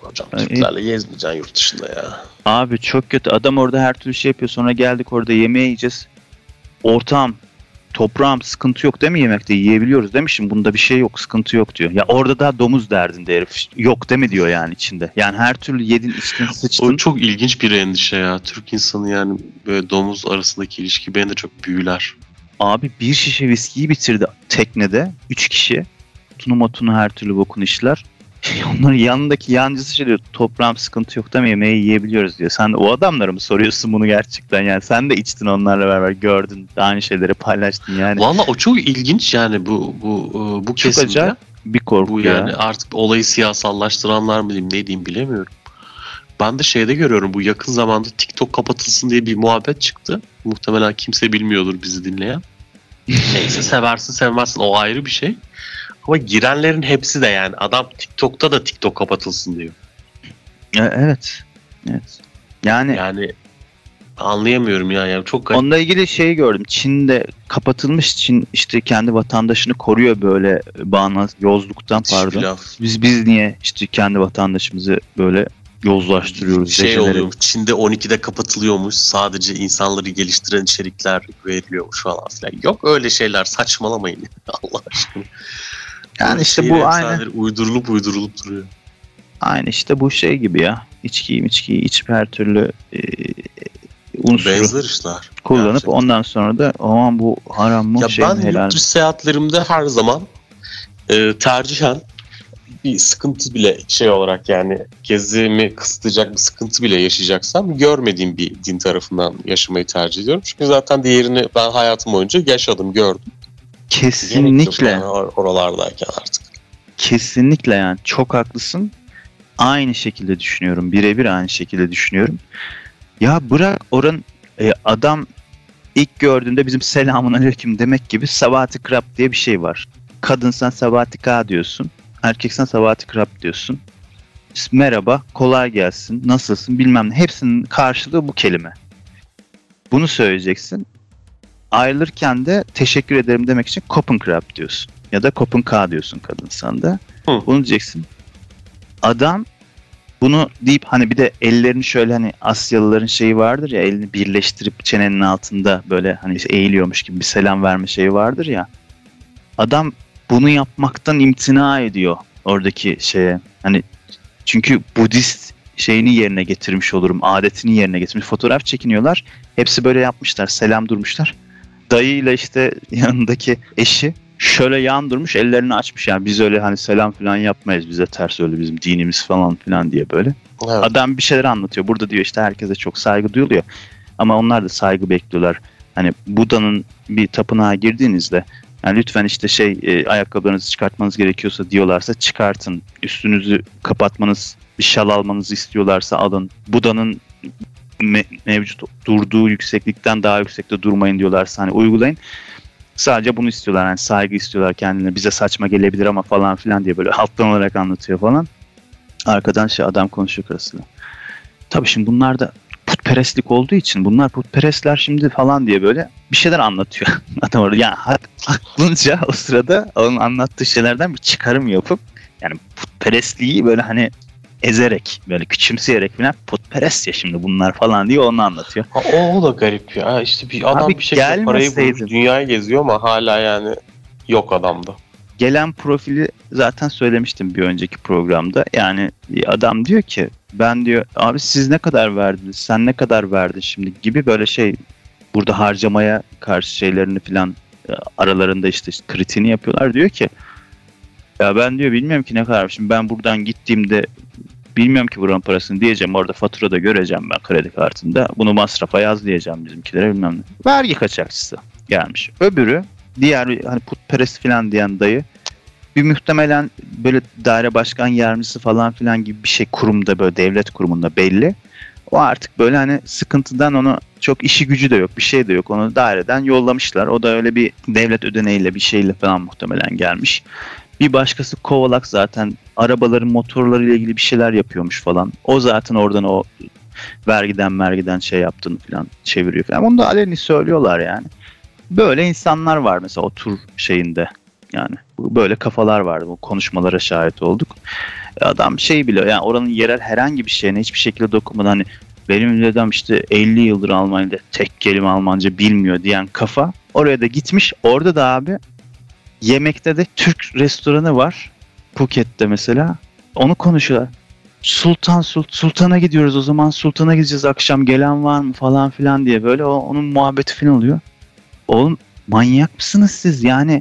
Hocam Türklerle gezmeyeceksin yurt dışında ya. Abi çok kötü. Adam orada her türlü şey yapıyor. Sonra geldik orada yemeğe yiyeceğiz. Ortağım, toprağım sıkıntı yok değil mi yemekte? Yiyebiliyoruz değil mi? Şimdi bunda bir şey yok, sıkıntı yok diyor. Ya orada da domuz derdinde herif. Yok değil mi diyor yani içinde. Yani her türlü yedin, içtin, sıçtın. O çok ilginç bir endişe ya. Türk insanı yani böyle domuz arasındaki ilişki beni de çok büyüler. Abi bir şişe viskiyi bitirdi teknede. Üç kişi. Tunu matunu her türlü bokunu işler. Onların yanındaki yancısı şey diyor. Toprağım sıkıntı yok değil mi? Yemeği yiyebiliyoruz diyor. Sen de o adamlara mı soruyorsun bunu gerçekten? Yani sen de içtin onlarla beraber gördün. Aynı şeyleri paylaştın yani. Valla o çok ilginç yani bu bu bu Çok kesimde. acayip bir korku Bu ya. yani artık olayı siyasallaştıranlar mı diyeyim ne diyeyim bilemiyorum. Ben de şeyde görüyorum bu yakın zamanda TikTok kapatılsın diye bir muhabbet çıktı. Muhtemelen kimse bilmiyordur bizi dinleyen. Neyse seversin sevmezsin o ayrı bir şey. Ama girenlerin hepsi de yani adam TikTok'ta da TikTok kapatılsın diyor. E, Evet. Evet. Yani, Yani anlayamıyorum ya. Yani çok garip. onunla ilgili şeyi gördüm. Çin'de kapatılmış. Çin işte kendi vatandaşını koruyor böyle bağnaz yozluktan pardon. Laf. Biz biz niye işte kendi vatandaşımızı böyle yozlaştırıyoruz Şey geceleri. oluyormuş. Çin'de on ikide kapatılıyormuş. Sadece insanları geliştiren içerikler veriliyormuş falan filan. Yok öyle şeyler saçmalamayın. Allah aşkına. Yani Böyle işte şehir bu aynı. efsaneleri uydurulup uydurulup duruyor. Aynı işte bu şey gibi ya. İçkiyi içkiyi içip her türlü e, unsuru Benzer işler. kullanıp Gerçekten. ondan sonra da aman bu haram mı Ya şey mi ben helal yurt mi? dışı seyahatlerimde her zaman e, tercihen bir sıkıntı bile şey olarak yani gezimi kısıtlayacak bir sıkıntı bile yaşayacaksam görmediğim bir din tarafından yaşamayı tercih ediyorum. Çünkü zaten diğerini ben hayatım boyunca yaşadım, gördüm. Kesinlikle. Yani or- oralardayken artık. Kesinlikle yani çok haklısın. Aynı şekilde düşünüyorum. Birebir aynı şekilde düşünüyorum. Ya bırak oranın e, adam ilk gördüğünde bizim selamun aleyküm demek gibi Sabahati Krab diye bir şey var. Kadınsan Sabahati Ka diyorsun. Erkeksen Sabahati Krab diyorsun. Merhaba, kolay gelsin, nasılsın bilmem ne. Hepsinin karşılığı bu kelime. Bunu söyleyeceksin. Ayrılırken de teşekkür ederim demek için Kopen Krab diyorsun. Ya da Kopen Ka diyorsun kadınsan da. Hı. Bunu diyeceksin. Adam bunu deyip hani bir de ellerini şöyle hani Asyalıların şeyi vardır ya, elini birleştirip çenenin altında böyle hani işte eğiliyormuş gibi bir selam verme şeyi vardır ya. Adam bunu yapmaktan imtina ediyor oradaki şeye. Hani çünkü Budist şeyini yerine getirmiş olurum, adetini yerine getirmiş. Fotoğraf çekiniyorlar. Hepsi böyle yapmışlar, selam durmuşlar. Dayıyla işte yanındaki eşi şöyle yan durmuş, ellerini açmış. Yani biz öyle hani selam falan yapmayız, bize ters öyle bizim dinimiz falan filan diye böyle. Evet. Adam bir şeyler anlatıyor. Burada diyor işte herkese çok saygı duyuluyor. Ama onlar da saygı bekliyorlar. Hani Buda'nın bir tapınağa girdiğinizde yani lütfen işte şey e, ayakkabılarınızı çıkartmanız gerekiyorsa diyorlarsa çıkartın. Üstünüzü kapatmanız, bir şal almanızı istiyorlarsa alın. Buda'nın me- mevcut durduğu yükseklikten daha yüksekte durmayın diyorlarsa hani uygulayın. Sadece bunu istiyorlar. Yani saygı istiyorlar kendilerine. Bize saçma gelebilir ama falan filan diye böyle alttan olarak anlatıyor falan. Arkadan şey adam konuşuyor karısıyla. Tabii şimdi bunlar da putperestlik olduğu için bunlar putperestler şimdi falan diye böyle bir şeyler anlatıyor. Adam orada yani aklınca o sırada onun anlattığı şeylerden bir çıkarım yapıp yani putperestliği böyle hani ezerek böyle küçümseyerek falan putperest ya şimdi bunlar falan diye onu anlatıyor. Ha, o, o da garip ya. İşte bir adam Abi bir şekilde parayı gelmeseydin. bulmuş, dünyayı geziyor ama hala yani yok adamda. Gelen profili zaten söylemiştim bir önceki programda. Yani adam diyor ki ben diyor abi siz ne kadar verdiniz, sen ne kadar verdin şimdi gibi böyle şey burada harcamaya karşı şeylerini falan aralarında işte kritiğini yapıyorlar. Diyor ki ya ben diyor bilmiyorum ki ne kadar, şimdi ben buradan gittiğimde bilmiyorum ki buranın parasını diyeceğim, orada faturada göreceğim ben kredi kartında, bunu masrafa yaz diyeceğim bizimkilere bilmem ne. Vergi kaçakçısı gelmiş. Öbürü diğer hani putperest falan diyen dayı bir muhtemelen böyle daire başkan yardımcısı falan filan gibi bir şey kurumda, böyle devlet kurumunda belli. O artık böyle hani sıkıntıdan onu çok işi gücü de yok, bir şey de yok. Onu daireden yollamışlar. O da öyle bir devlet ödeneğiyle bir şeyle falan muhtemelen gelmiş. Bir başkası kovalak zaten arabaların motorlarıyla ilgili bir şeyler yapıyormuş falan. O zaten oradan o vergiden vergiden şey yaptığını falan çeviriyor falan. Onu da aleni söylüyorlar yani. Böyle insanlar var mesela o tur şeyinde. Yani böyle kafalar vardı. Bu konuşmalara şahit olduk. Adam şey biliyor yani oranın yerel herhangi bir şeyine hiçbir şekilde dokunmadan hani benim dedem işte elli yıldır Almanya'da tek kelime Almanca bilmiyor diyen kafa oraya da gitmiş. Orada da abi yemekte de Türk restoranı var. Phuket'te mesela. Onu konuşuyorlar. Sultan Sult Sultan'a gidiyoruz o zaman. Sultan'a gideceğiz akşam gelen var mı falan filan diye böyle o, onun muhabbeti falan oluyor. Oğlum manyak mısınız siz? Yani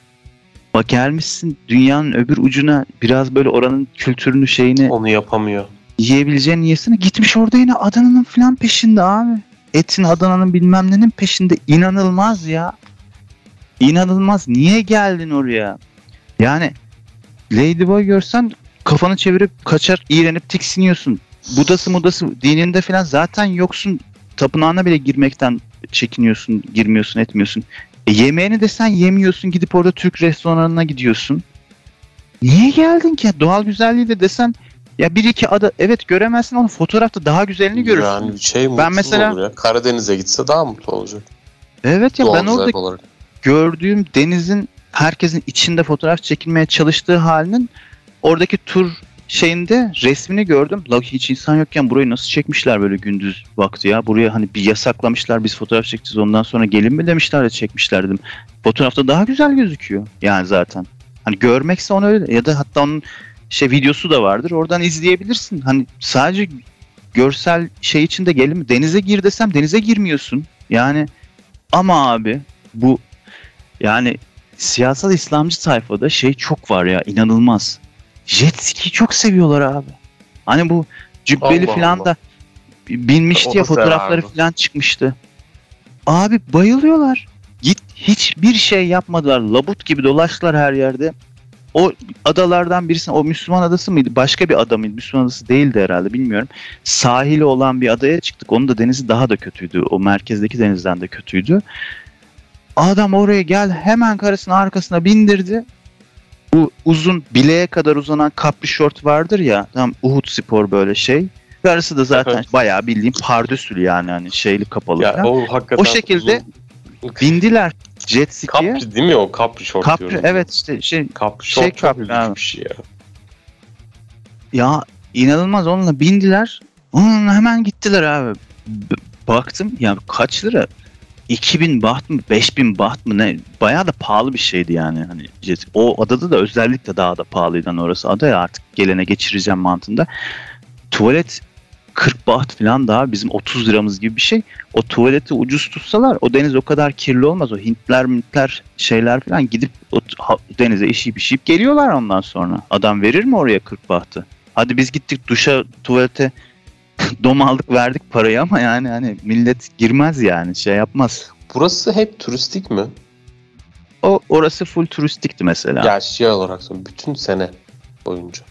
bak gelmişsin dünyanın öbür ucuna biraz böyle oranın kültürünü şeyini onu yapamıyor. Yiyebileceğin yesine gitmiş orada yine Adana'nın falan peşinde abi. Etin Adana'nın bilmem nenin peşinde. İnanılmaz ya. İnanılmaz. Niye geldin oraya? Yani Ladyboy görsen kafanı çevirip kaçar, iğrenip tiksiniyorsun. Budası mudası dininde falan zaten yoksun. Tapınağına bile girmekten çekiniyorsun, girmiyorsun, etmiyorsun. E yemeğini desen yemiyorsun, gidip orada Türk restoranına gidiyorsun. Niye geldin ki? Doğal güzelliği de desen ya bir iki ada evet göremezsin ama fotoğrafta daha güzelini görürsün. Yani şey ben mesela olur ya. Karadeniz'e gitse daha mutlu olacak. Evet ya Doğal ben orada olarak gördüğüm denizin herkesin içinde fotoğraf çekilmeye çalıştığı halinin oradaki tur şeyinde resmini gördüm. La hiç insan yokken burayı nasıl çekmişler böyle gündüz vakti ya. Buraya hani bir yasaklamışlar biz fotoğraf çekeceğiz ondan sonra gelin mi demişler de çekmişler dedim. Fotoğrafta daha güzel gözüküyor yani zaten. Hani görmekse onu öyle ya da hatta onun şey videosu da vardır. Oradan izleyebilirsin. Hani sadece görsel şey için de gelin mi? Denize gir desem denize girmiyorsun. Yani ama abi bu yani siyasal İslamcı tayfada şey çok var ya inanılmaz. Jet ski'yi çok seviyorlar abi. Hani bu cübbeli Allah falan Allah. da binmişti O ya da fotoğrafları severdi. falan çıkmıştı. Abi bayılıyorlar. Git hiçbir şey yapmadılar. Labut gibi dolaştılar her yerde. O adalardan birisine, o Müslüman adası mıydı? Başka bir ada mıydı? Müslüman adası değildi herhalde bilmiyorum. Sahili olan bir adaya çıktık. Onun da denizi daha da kötüydü. O merkezdeki denizden de kötüydü. Adam oraya gel hemen karısının arkasına bindirdi. Bu uzun bileğe kadar uzanan kapri şort vardır ya. Tam Uhud spor böyle şey. Karısı da zaten Evet. bayağı bildiğim pardösül yani hani şeyli kapalı Ya falan. o hakikaten O şekilde uzun- bindiler jet ski'ye. Capri değil mi o? Capri short Kapri diyorum. evet işte şey Capri şey short çok Capri ilginç abi. bir şey ya. Ya inanılmaz onunla bindiler. Onunla hemen gittiler abi. B- baktım ya kaç lira? iki bin baht mı beş bin baht mı ne? Bayağı da pahalı bir şeydi yani. Hani jet- o adada da özellikle daha da pahalıydı hani orası ada ya artık gelene geçireceğim mantığında. Tuvalet kırk baht falan daha bizim otuz liramız gibi bir şey. O tuvaleti ucuz tutsalar o deniz o kadar kirli olmaz. O Hintler, Mintler şeyler falan gidip o t- ha- denize işeyip işeyip geliyorlar ondan sonra. Adam verir mi oraya kırk bahtı? Hadi biz gittik duşa, tuvalete dom aldık verdik parayı ama yani hani millet girmez yani şey yapmaz. Burası hep turistik mi? O orası full turistikti mesela. Ya şey olarak söyleyeyim, bütün sene boyunca.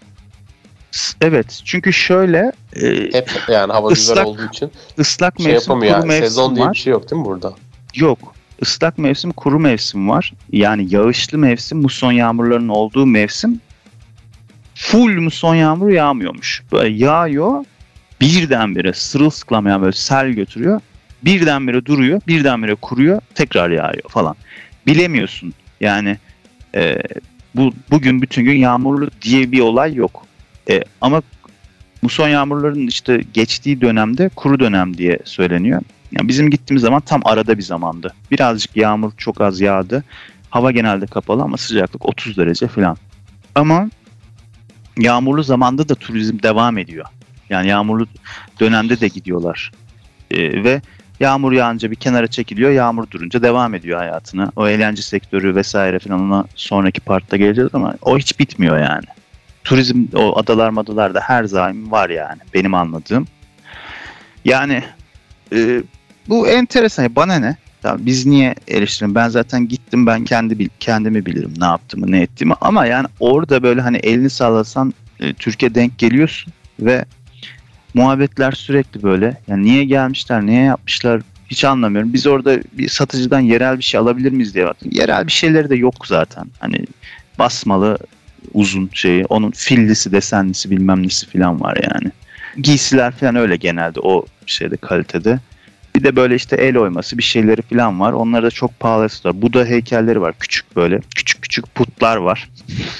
S- Evet çünkü şöyle e, Hep yani hava güzel Islak olduğu için ıslak şey mevsim, yapamıyor. kuru Yani. mevsim Sezon diye var. bir şey yok değil mi burada? Yok. Islak mevsim, kuru mevsim var. Yani yağışlı mevsim, muson yağmurlarının olduğu mevsim. Full muson yağmur yağmıyormuş. Böyle yağıyor, birdenbire sırılsıklam yani böyle sel götürüyor. Birdenbire duruyor, birdenbire kuruyor, tekrar yağıyor falan. Bilemiyorsun. Yani e, bu bugün bütün gün yağmurlu diye bir olay yok. E, ama muson yağmurların işte geçtiği dönemde kuru dönem diye söyleniyor. Yani bizim gittiğimiz zaman tam arada bir zamandı. Birazcık yağmur çok az yağdı. Hava genelde kapalı ama sıcaklık otuz derece falan. Ama yağmurlu zamanda da turizm devam ediyor. Yani yağmurlu dönemde de gidiyorlar. Ee, ve yağmur yağınca bir kenara çekiliyor, yağmur durunca devam ediyor hayatına. O eğlence sektörü vesaire falan ona sonraki partta geleceğiz ama o hiç bitmiyor yani. Turizm o adalar madalar da her zaman var yani benim anladığım. Yani e, bu enteresan. Bana ne? Tamam, biz niye eleştirelim? Ben zaten gittim ben kendi bil- kendimi bilirim ne yaptığımı ne ettiğimi ama yani orada böyle hani elini sallasan e, Türkiye denk geliyorsun ve muhabbetler sürekli böyle. Yani niye gelmişler, niye yapmışlar hiç anlamıyorum. Biz orada bir satıcıdan yerel bir şey alabilir miyiz diye baktık. Yerel bir şeyleri de yok zaten. Hani basmalı uzun şeyi. Onun fillisi, desenlisi bilmem nesi falan var yani. Giysiler falan öyle genelde o şeyde kalitede. Bir de böyle işte el oyması bir şeyleri falan var. Onları da çok pahalı satıyorlar. Buda heykelleri var küçük böyle. Küçük küçük putlar var.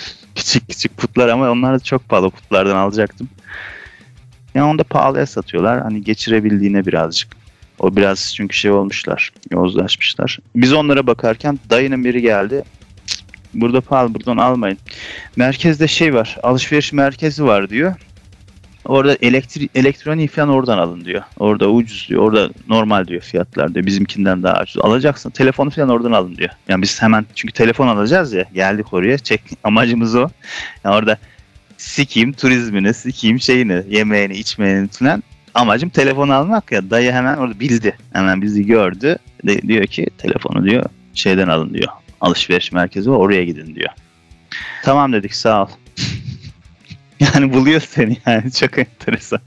küçük küçük putlar ama onlar da çok pahalı, putlardan alacaktım. Yani onu da pahalıya satıyorlar. Hani geçirebildiğine birazcık. O biraz çünkü şey olmuşlar. Yozlaşmışlar. Biz onlara bakarken dayının biri geldi. Burada pahalı, buradan almayın. Merkezde şey var. Alışveriş merkezi var diyor. Orada elektri- elektronik falan oradan alın diyor. Orada ucuz diyor. Orada normal diyor fiyatlar diyor. Bizimkinden daha ucuz. Alacaksın. Telefonu falan oradan alın diyor. Yani biz hemen çünkü telefon alacağız ya. Geldik oraya. Çek. Amacımız o. Yani orada sikeyim turizmini, sikeyim şeyini, yemeğini, içmeyeni falan. Amacım telefon almak ya. Dayı hemen orada bildi. Hemen bizi gördü. De, diyor ki telefonu diyor şeyden alın diyor. Alışveriş merkezi var, oraya gidin diyor. Tamam dedik, sağ ol. Yani buluyor seni yani, çok enteresan.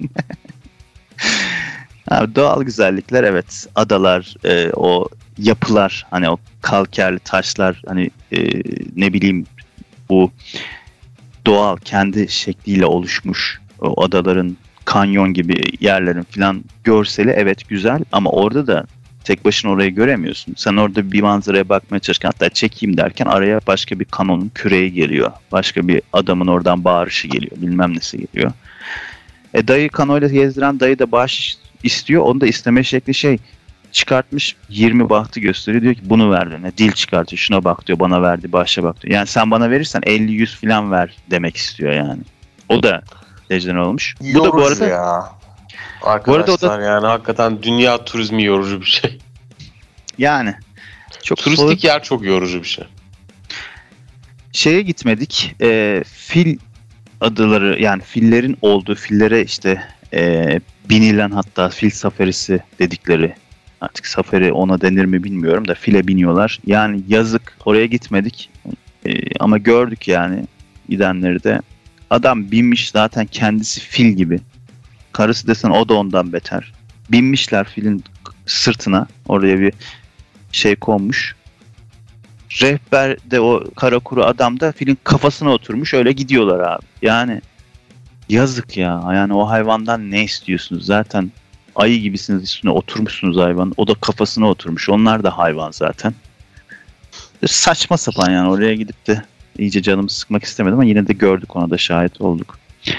Abi, doğal güzellikler evet, adalar, e, o yapılar, hani o kalkerli taşlar, hani e, ne bileyim bu doğal kendi şekliyle oluşmuş o adaların, kanyon gibi yerlerin filan görseli evet güzel ama orada da tek başına orayı göremiyorsun. Sen orada bir manzaraya bakmaya çalışırken, hatta çekeyim derken araya başka bir kanonun küreği geliyor. Başka bir adamın oradan bağırışı geliyor. Bilmem nesi geliyor. E dayı kanoyla gezdiren dayı da bağış istiyor. Onu da isteme şekli şey, çıkartmış yirmi bahtı gösteriyor. Diyor ki bunu ver diyor. Dil çıkartıyor. Şuna bak diyor. Bana verdi. Başa bak diyor. Yani sen bana verirsen elli yüz filan ver demek istiyor yani. O da dejen olmuş. Yorucu bu da bu arada ya. Arkadaşlar bu arada o da, yani hakikaten dünya turizmi yorucu bir şey. Yani çok turistik soğuk, yer çok yorucu bir şey. Şeye gitmedik. E, fil adaları, yani fillerin olduğu, fillere işte e, binilen, hatta fil safarisi dedikleri, artık safari ona denir mi bilmiyorum da file biniyorlar. Yani yazık, oraya gitmedik e, ama gördük yani gidenleri de. Adam binmiş zaten kendisi fil gibi. Karısı desen o da ondan beter. Binmişler filin sırtına, oraya bir şey konmuş. Rehber de o kara kuru adam da filin kafasına oturmuş, öyle gidiyorlar abi. Yani yazık ya. Yani o hayvandan ne istiyorsunuz? Zaten ayı gibisiniz, üstüne oturmuşsunuz hayvan. O da kafasına oturmuş. Onlar da hayvan zaten. Saçma sapan yani, oraya gidip de iyice canımı sıkmak istemedim ama yine de gördük, ona da şahit olduk.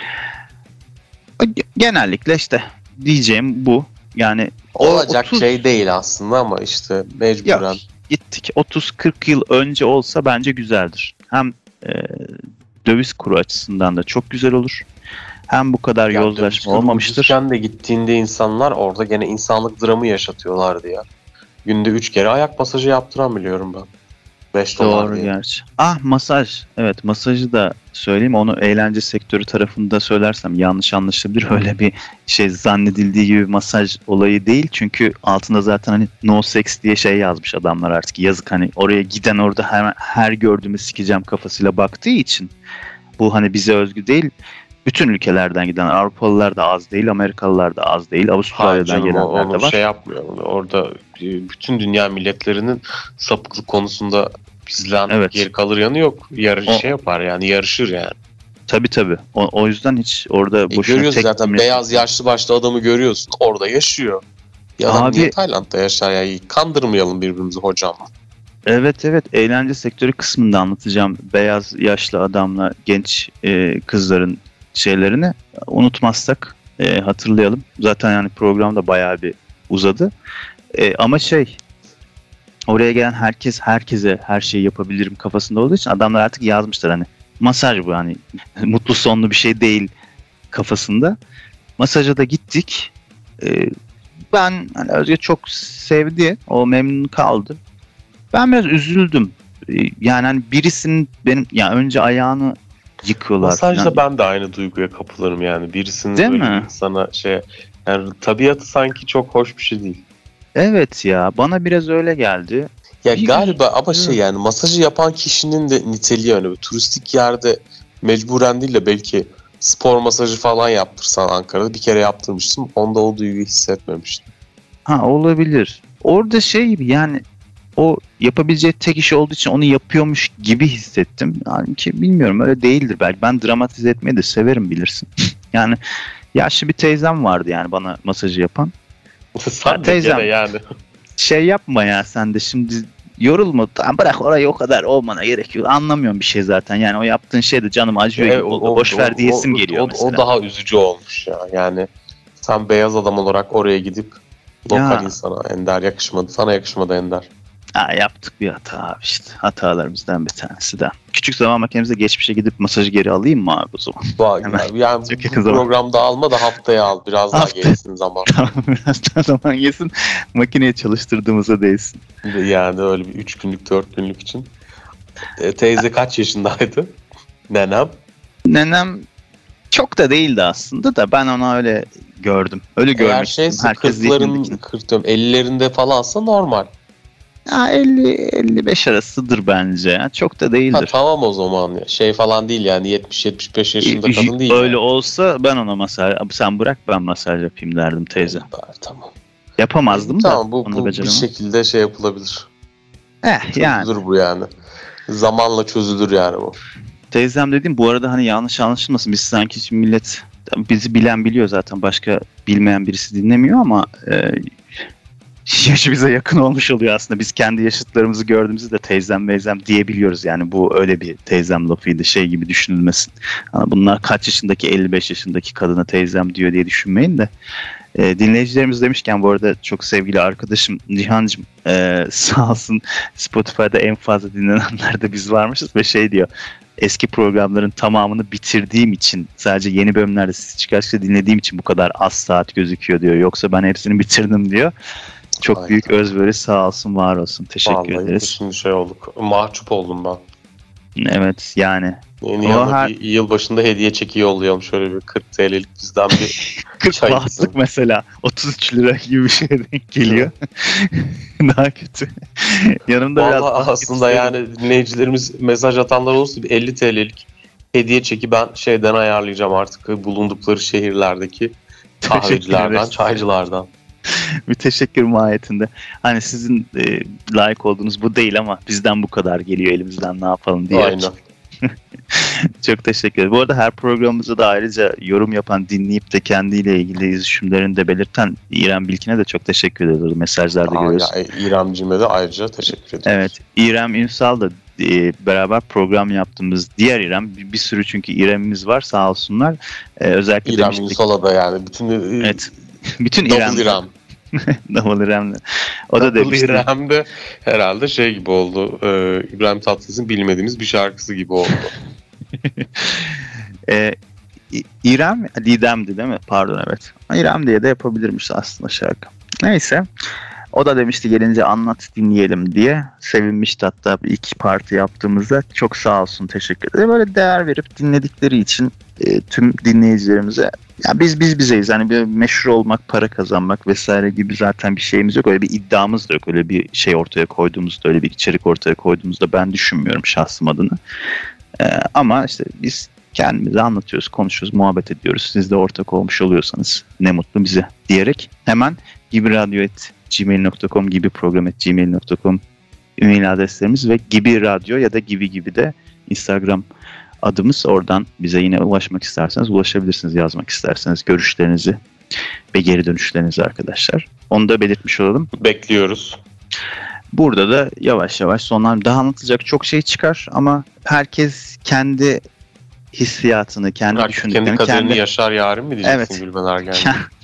Genellikle işte diyeceğim bu. Yani olacak otuz şey değil aslında ama işte mecburen. Yok, gittik. otuz kırk yıl önce olsa bence güzeldir. Hem e, döviz kuru açısından da çok güzel olur. Hem bu kadar Ya yozlaşma olmamıştır. Ucuzken de gittiğinde insanlar orada gene insanlık dramı yaşatıyorlardı ya. Günde üç kere ayak masajı yaptıran biliyorum ben. beş dolar Doğru diye. gerçi. Ah, masaj. Evet, masajı da söyleyeyim. Onu eğlence sektörü tarafında söylersem yanlış anlaşılabilir. Öyle bir şey zannedildiği gibi masaj olayı değil. Çünkü altında zaten hani no sex diye şey yazmış adamlar artık. Yazık, hani oraya giden orada her, her gördüğümü sikeceğim kafasıyla baktığı için. Bu hani bize özgü değil. Bütün ülkelerden giden, Avrupalılar da az değil, Amerikalılar da az değil, Avustralya'dan gelenler onu de var. şey yapmıyor. Orada bütün dünya milletlerinin sapıklık konusunda bizden Evet. geri kalır yanı yok. Yarış O- şey yapar yani, yarışır yani. Tabii tabii. O, o yüzden hiç orada E, boşuna görüyorsun tek zaten millet- beyaz yaşlı başlı adamı görüyorsun. Orada yaşıyor. Ya adam Abi- niye Tayland'da yaşar ya? Kandırmayalım birbirimizi hocam. Evet evet, eğlence sektörü kısmında anlatacağım. Beyaz yaşlı adamla genç e, kızların şeylerini unutmazsak e, hatırlayalım. Zaten yani programda bayağı bir uzadı. E, ama şey, oraya gelen herkes herkese her şeyi yapabilirim kafasında olduğu için adamlar artık yazmışlar hani masaj bu, hani mutlu sonlu bir şey değil kafasında. Masaja da gittik. E, ben hani Özge çok sevdi. O memnun kaldı. Ben biraz üzüldüm. Ee, Yani hani birisinin benim ya yani önce ayağını yıkıyorlar Masajda falan. ben de aynı duyguya kapılırım yani. Birisinin Değil böyle mi? sana şey, yani tabiatı sanki çok hoş bir şey değil. Evet ya, bana biraz öyle geldi. Ya Bir galiba üz- ama şey yani masajı yapan kişinin de niteliği önemli. Turistik yerde mecburen değil de belki spor masajı falan yaptırsan Ankara'da, bir kere yaptırmıştım. Onda o duyguyu hissetmemiştim. Ha, olabilir. Orada şey gibi yani, o yapabileceği tek iş olduğu için onu yapıyormuş gibi hissettim. Yani ki bilmiyorum, öyle değildir belki. Ben dramatize etmeyi de severim, bilirsin. Yani yaşlı bir teyzem vardı yani bana masajı yapan. Sen de teyzem. gene yani. Şey yapma ya sen de şimdi, yorulma. Tamam, bırak orayı, o kadar olmana gerek yok. Anlamıyorum bir şey zaten. Yani o yaptığın şey de canım acıyor E, gibi o, oldu. Boş ver diyesim o, geliyor o, mesela. O daha üzücü olmuş ya. Yani sen beyaz adam olarak oraya gidip lokal Ya. insana Ender yakışmadı. Sana yakışmadı Ender. Ha, yaptık bir hata abi işte. Hatalarımızdan bir tanesi de. Küçük zaman makinemizde geçmişe gidip masajı geri alayım mı abi o zaman? Vay, Hemen. yani Çok bu yakın zaman. programda alma da haftaya al. Biraz daha Hafta- geçsin zaman. Tamam, biraz daha zaman yesin. Makineye çalıştırdığımıza değsin. Yani öyle bir üç günlük dört günlük için. E, teyze kaç yaşındaydı? Nenem. Nenem çok da değildi aslında da ben onu öyle gördüm. Öyle Eğer görmek istedim. şeyse Herkes kırkların, zihnindekini. kırkım, ellilerinde falansa normal. Ha, elli elli beş arasıdır bence. Ya. Çok da Ha, değildir. tamam o zaman ya. Şey falan değil yani yetmiş yetmiş beş yaşında Ee, kadın değil. Öyle yani. olsa ben ona masaj, sen bırak ben masaj yapayım derdim teyze. Bari, tamam. Yapamazdım da. Tamam, bu, onu da bu bir beceremem. şekilde şey yapılabilir. Eh yani. Çözülür bu yani. Zamanla çözülür yani bu. Teyzem dediğim bu arada hani yanlış anlaşılmasın. Biz sanki şimdi millet bizi bilen biliyor zaten. Başka bilmeyen birisi dinlemiyor ama e, yaşı bize yakın olmuş oluyor aslında. Biz kendi yaşıtlarımızı gördüğümüzde de teyzem meyzem diyebiliyoruz. Yani bu öyle bir teyzem lafıydı, şey gibi düşünülmesin. Yani bunlar kaç yaşındaki elli beş yaşındaki kadına teyzem diyor diye düşünmeyin de. E, dinleyicilerimiz demişken bu arada çok sevgili arkadaşım Nihan'cığım e, sağ olsun Spotify'da en fazla dinlenenlerde biz varmışız ve şey diyor, eski programların tamamını bitirdiğim için, sadece yeni bölümlerde siz çıkarsa dinlediğim için bu kadar az saat gözüküyor diyor. Yoksa ben hepsini bitirdim diyor. Çok Aynen. büyük özveri, sağ olsun var olsun. Teşekkür Vallahi ederiz. şimdi şey olduk. Mahcup oldum ben. Evet yani. Yeni O yılda her- bir yıl başında hediye çeki yollayalım. Şöyle bir kırk T L'lik bizden bir kırk çay bahtlık içsin. mesela otuz üç lira gibi bir şeye denk geliyor. Daha kötü. Yanımda biraz Vallahi basket aslında isterim. yani dinleyicilerimiz mesaj atanlar olursa bir elli T L'lik hediye çeki ben şeyden ayarlayacağım artık, bulundukları şehirlerdeki Teşekkür kahvecilerden, ederiz. çaycılardan. Bir teşekkür mahiyetinde. Hani sizin e, layık olduğunuz bu değil ama bizden bu kadar geliyor, elimizden ne yapalım diye. Aynen. Çok teşekkür ederim. Bu arada her programımızda da ayrıca yorum yapan, dinleyip de kendiyle ilgili düşüncelerini de belirten İrem Bilkin'e de çok teşekkür ediyoruz. Mesajlarda Aa, görüyoruz. ya, İremcime de ayrıca teşekkür ediyoruz. Evet. İrem Ünsal da e, beraber program yaptığımız diğer İrem. Bir, bir sürü çünkü İrem'imiz var sağ olsunlar. E, özellikle İrem demiştik. Ünsal'a da yani bütün Evet. Bütün Double İrem. İrem. Double İrem'le. O da Double demişti. İrem de herhalde şey gibi oldu. E, İbrahim Tatlıses'in bilmediğimiz bir şarkısı gibi oldu. e, İ- İrem Didem'di değil mi? Pardon, evet. İrem diye de yapabilirmiş aslında şarkı. Neyse. O da demişti gelince anlat dinleyelim diye. Sevinmişti hatta ilk parti yaptığımızda. Çok sağ olsun, teşekkür ederim. Böyle değer verip dinledikleri için e, tüm dinleyicilerimize, ya biz biz bizeyiz. Hani bir meşhur olmak, para kazanmak vesaire gibi zaten bir şeyimiz yok. Öyle bir iddiamız da yok. Öyle bir şey ortaya koyduğumuzda, öyle bir içerik ortaya koyduğumuzda ben düşünmüyorum şahsım adına. E, ama işte biz kendimize anlatıyoruz, konuşuyoruz, muhabbet ediyoruz. Siz de ortak olmuş oluyorsanız ne mutlu bize diyerek hemen gibiradyo at gmail nokta com, gibi program at gmail nokta com e-mail adreslerimiz ve gibi radyo ya da gibi gibi de Instagram adımız. Oradan bize yine ulaşmak isterseniz ulaşabilirsiniz, yazmak isterseniz görüşlerinizi ve geri dönüşlerinizi arkadaşlar. Onu da belirtmiş olalım. Bekliyoruz. Burada da yavaş yavaş sonlar, daha anlatılacak çok şey çıkar ama herkes kendi hissiyatını, kendi Herkes düşündüklerini, kendi kaderini kendi... yaşar yarim mi diyeceksin Evet. Gülben Ergen?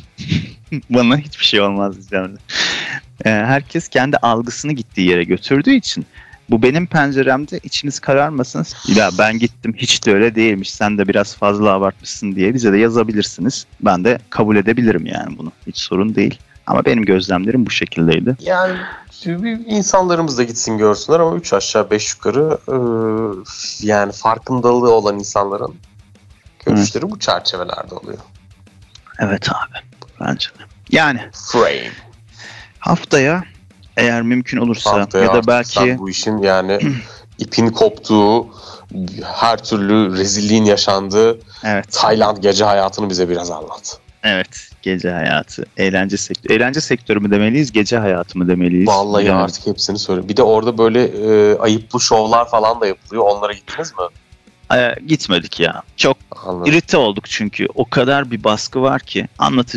Bana hiçbir şey olmaz diyeceğim. Ee, herkes kendi algısını gittiği yere götürdüğü için bu benim penceremde, içiniz kararmasın. Ya ben gittim hiç de öyle değilmiş, sen de biraz fazla abartmışsın diye bize de yazabilirsiniz. Ben de kabul edebilirim yani bunu. Hiç sorun değil. Ama benim gözlemlerim bu şekildeydi. Yani insanlarımız da gitsin görsünler ama üç aşağı beş yukarı e, yani farkındalığı olan insanların görüşleri Hı. bu çerçevelerde oluyor. Evet abi. Bence de. Yani frame. Haftaya eğer mümkün olursa haftaya ya da belki sen bu işin yani ipin koptuğu, her türlü rezilliğin yaşandığı evet. Tayland gece hayatını bize biraz anlat. Evet, gece hayatı, eğlence sektörü. Eğlence sektörü mü demeliyiz, gece hayatı mı demeliyiz? Vallahi yani artık hepsini söyle. Bir de orada böyle e, ayıplı şovlar falan da yapılıyor. Onlara gittiniz mi? E, gitmedik ya. Çok Anladım. irite olduk çünkü. O kadar bir baskı var ki anlatacağım.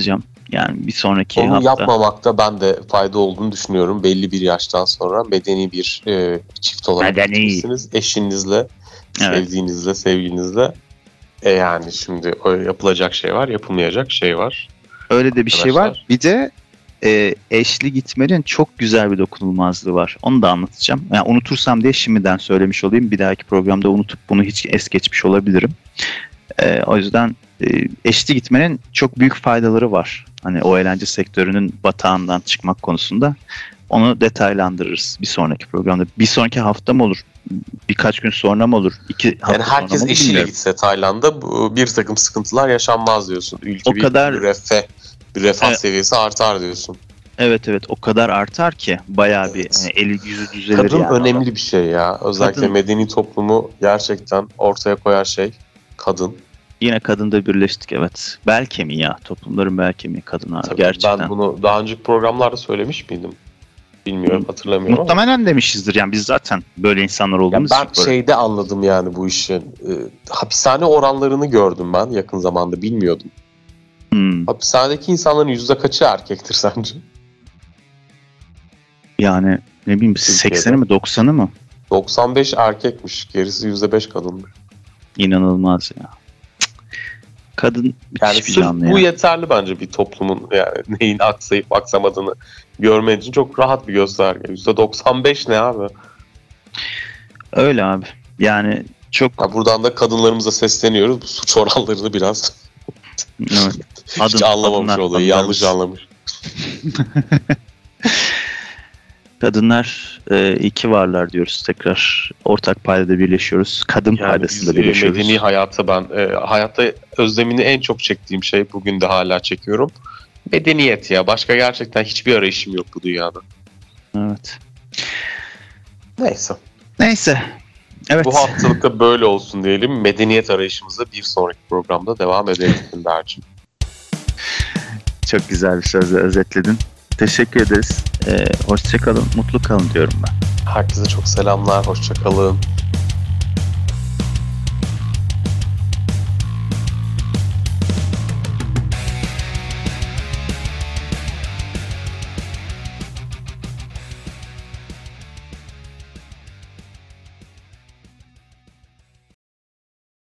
Yani bir sonraki Onu hafta. yapmamakta ben de fayda olduğunu düşünüyorum. Belli bir yaştan sonra medeni bir e, çift olarak gitmişsiniz. Eşinizle, evet. sevdiğinizle, sevgilinizle. E yani şimdi yapılacak şey var, yapılmayacak şey var. Öyle de bir Arkadaşlar. şey var. Bir de e, eşli gitmenin çok güzel bir dokunulmazlığı var. Onu da anlatacağım. Yani unutursam diye şimdiden söylemiş olayım. Bir dahaki programda unutup bunu hiç es geçmiş olabilirim. E, o yüzden e, eşli gitmenin çok büyük faydaları var. Hani o eğlence sektörünün batağından çıkmak konusunda. Onu detaylandırırız bir sonraki programda. Bir sonraki hafta mı olur? Birkaç gün sonra mı olur? İki hafta yani herkes sonra mı eşiyle bilmiyorum. gitse Tayland'a bu, bir takım sıkıntılar yaşanmaz diyorsun. Ülke O bir, kadar- bir refah, bir refah Evet. seviyesi artar diyorsun. Evet evet o kadar artar ki bayağı bir Evet. hani eli yüzü düzelir Kadın yani. önemli bir şey ya. Özellikle Kadın- medeni toplumu gerçekten ortaya koyar şey kadın. Yine kadında birleştik evet. Bel kemiği ya. Toplumların bel kemiği kadınlar Tabii gerçekten. Ben bunu daha önceki programlarda söylemiş miydim? Bilmiyorum, hatırlamıyorum ama. Muhtemelen demişizdir yani biz zaten böyle insanlar Ya olduğumuz ben için böyle. şeyde anladım yani bu işin. E, hapishane oranlarını gördüm ben yakın zamanda, bilmiyordum. Hmm. Hapishanedeki insanların yüzde kaçı erkektir sence? Yani ne bileyim sekseni mi doksanı mı? doksan beş erkekmiş, gerisi yüzde beş kadınmış. İnanılmaz ya. Cık. Kadın müthiş Yani bir sırf canlı bu ya. yeterli bence bir toplumun yani neyin aksayıp aksamadığını görmen için çok rahat bir gösterge. yüzde doksan beş ne abi? Öyle abi. Yani çok Ya buradan da kadınlarımıza sesleniyoruz. Bu suç oranlarını biraz evet. hiç Adım- anlamamış adımlar, oluyor. adımlar Yanlış biz. anlamış. Kadınlar e, iki varlar diyoruz tekrar. Ortak paydada birleşiyoruz. Kadın Yani paydasında biz, e, birleşiyoruz. medeni hayata ben e, hayatta özlemini en çok çektiğim şey, bugün de hala çekiyorum. Medeniyet ya. Başka gerçekten hiçbir arayışım yok bu dünyada. Evet. Neyse. Neyse. Evet. Bu haftalıkta böyle olsun diyelim. Medeniyet arayışımıza bir sonraki programda devam edelim Dündar'cığım. Çok güzel bir sözle özetledin. Teşekkür ederiz. Ee, hoşça kalın, mutlu kalın diyorum ben. Herkese çok selamlar. Hoşça kalın.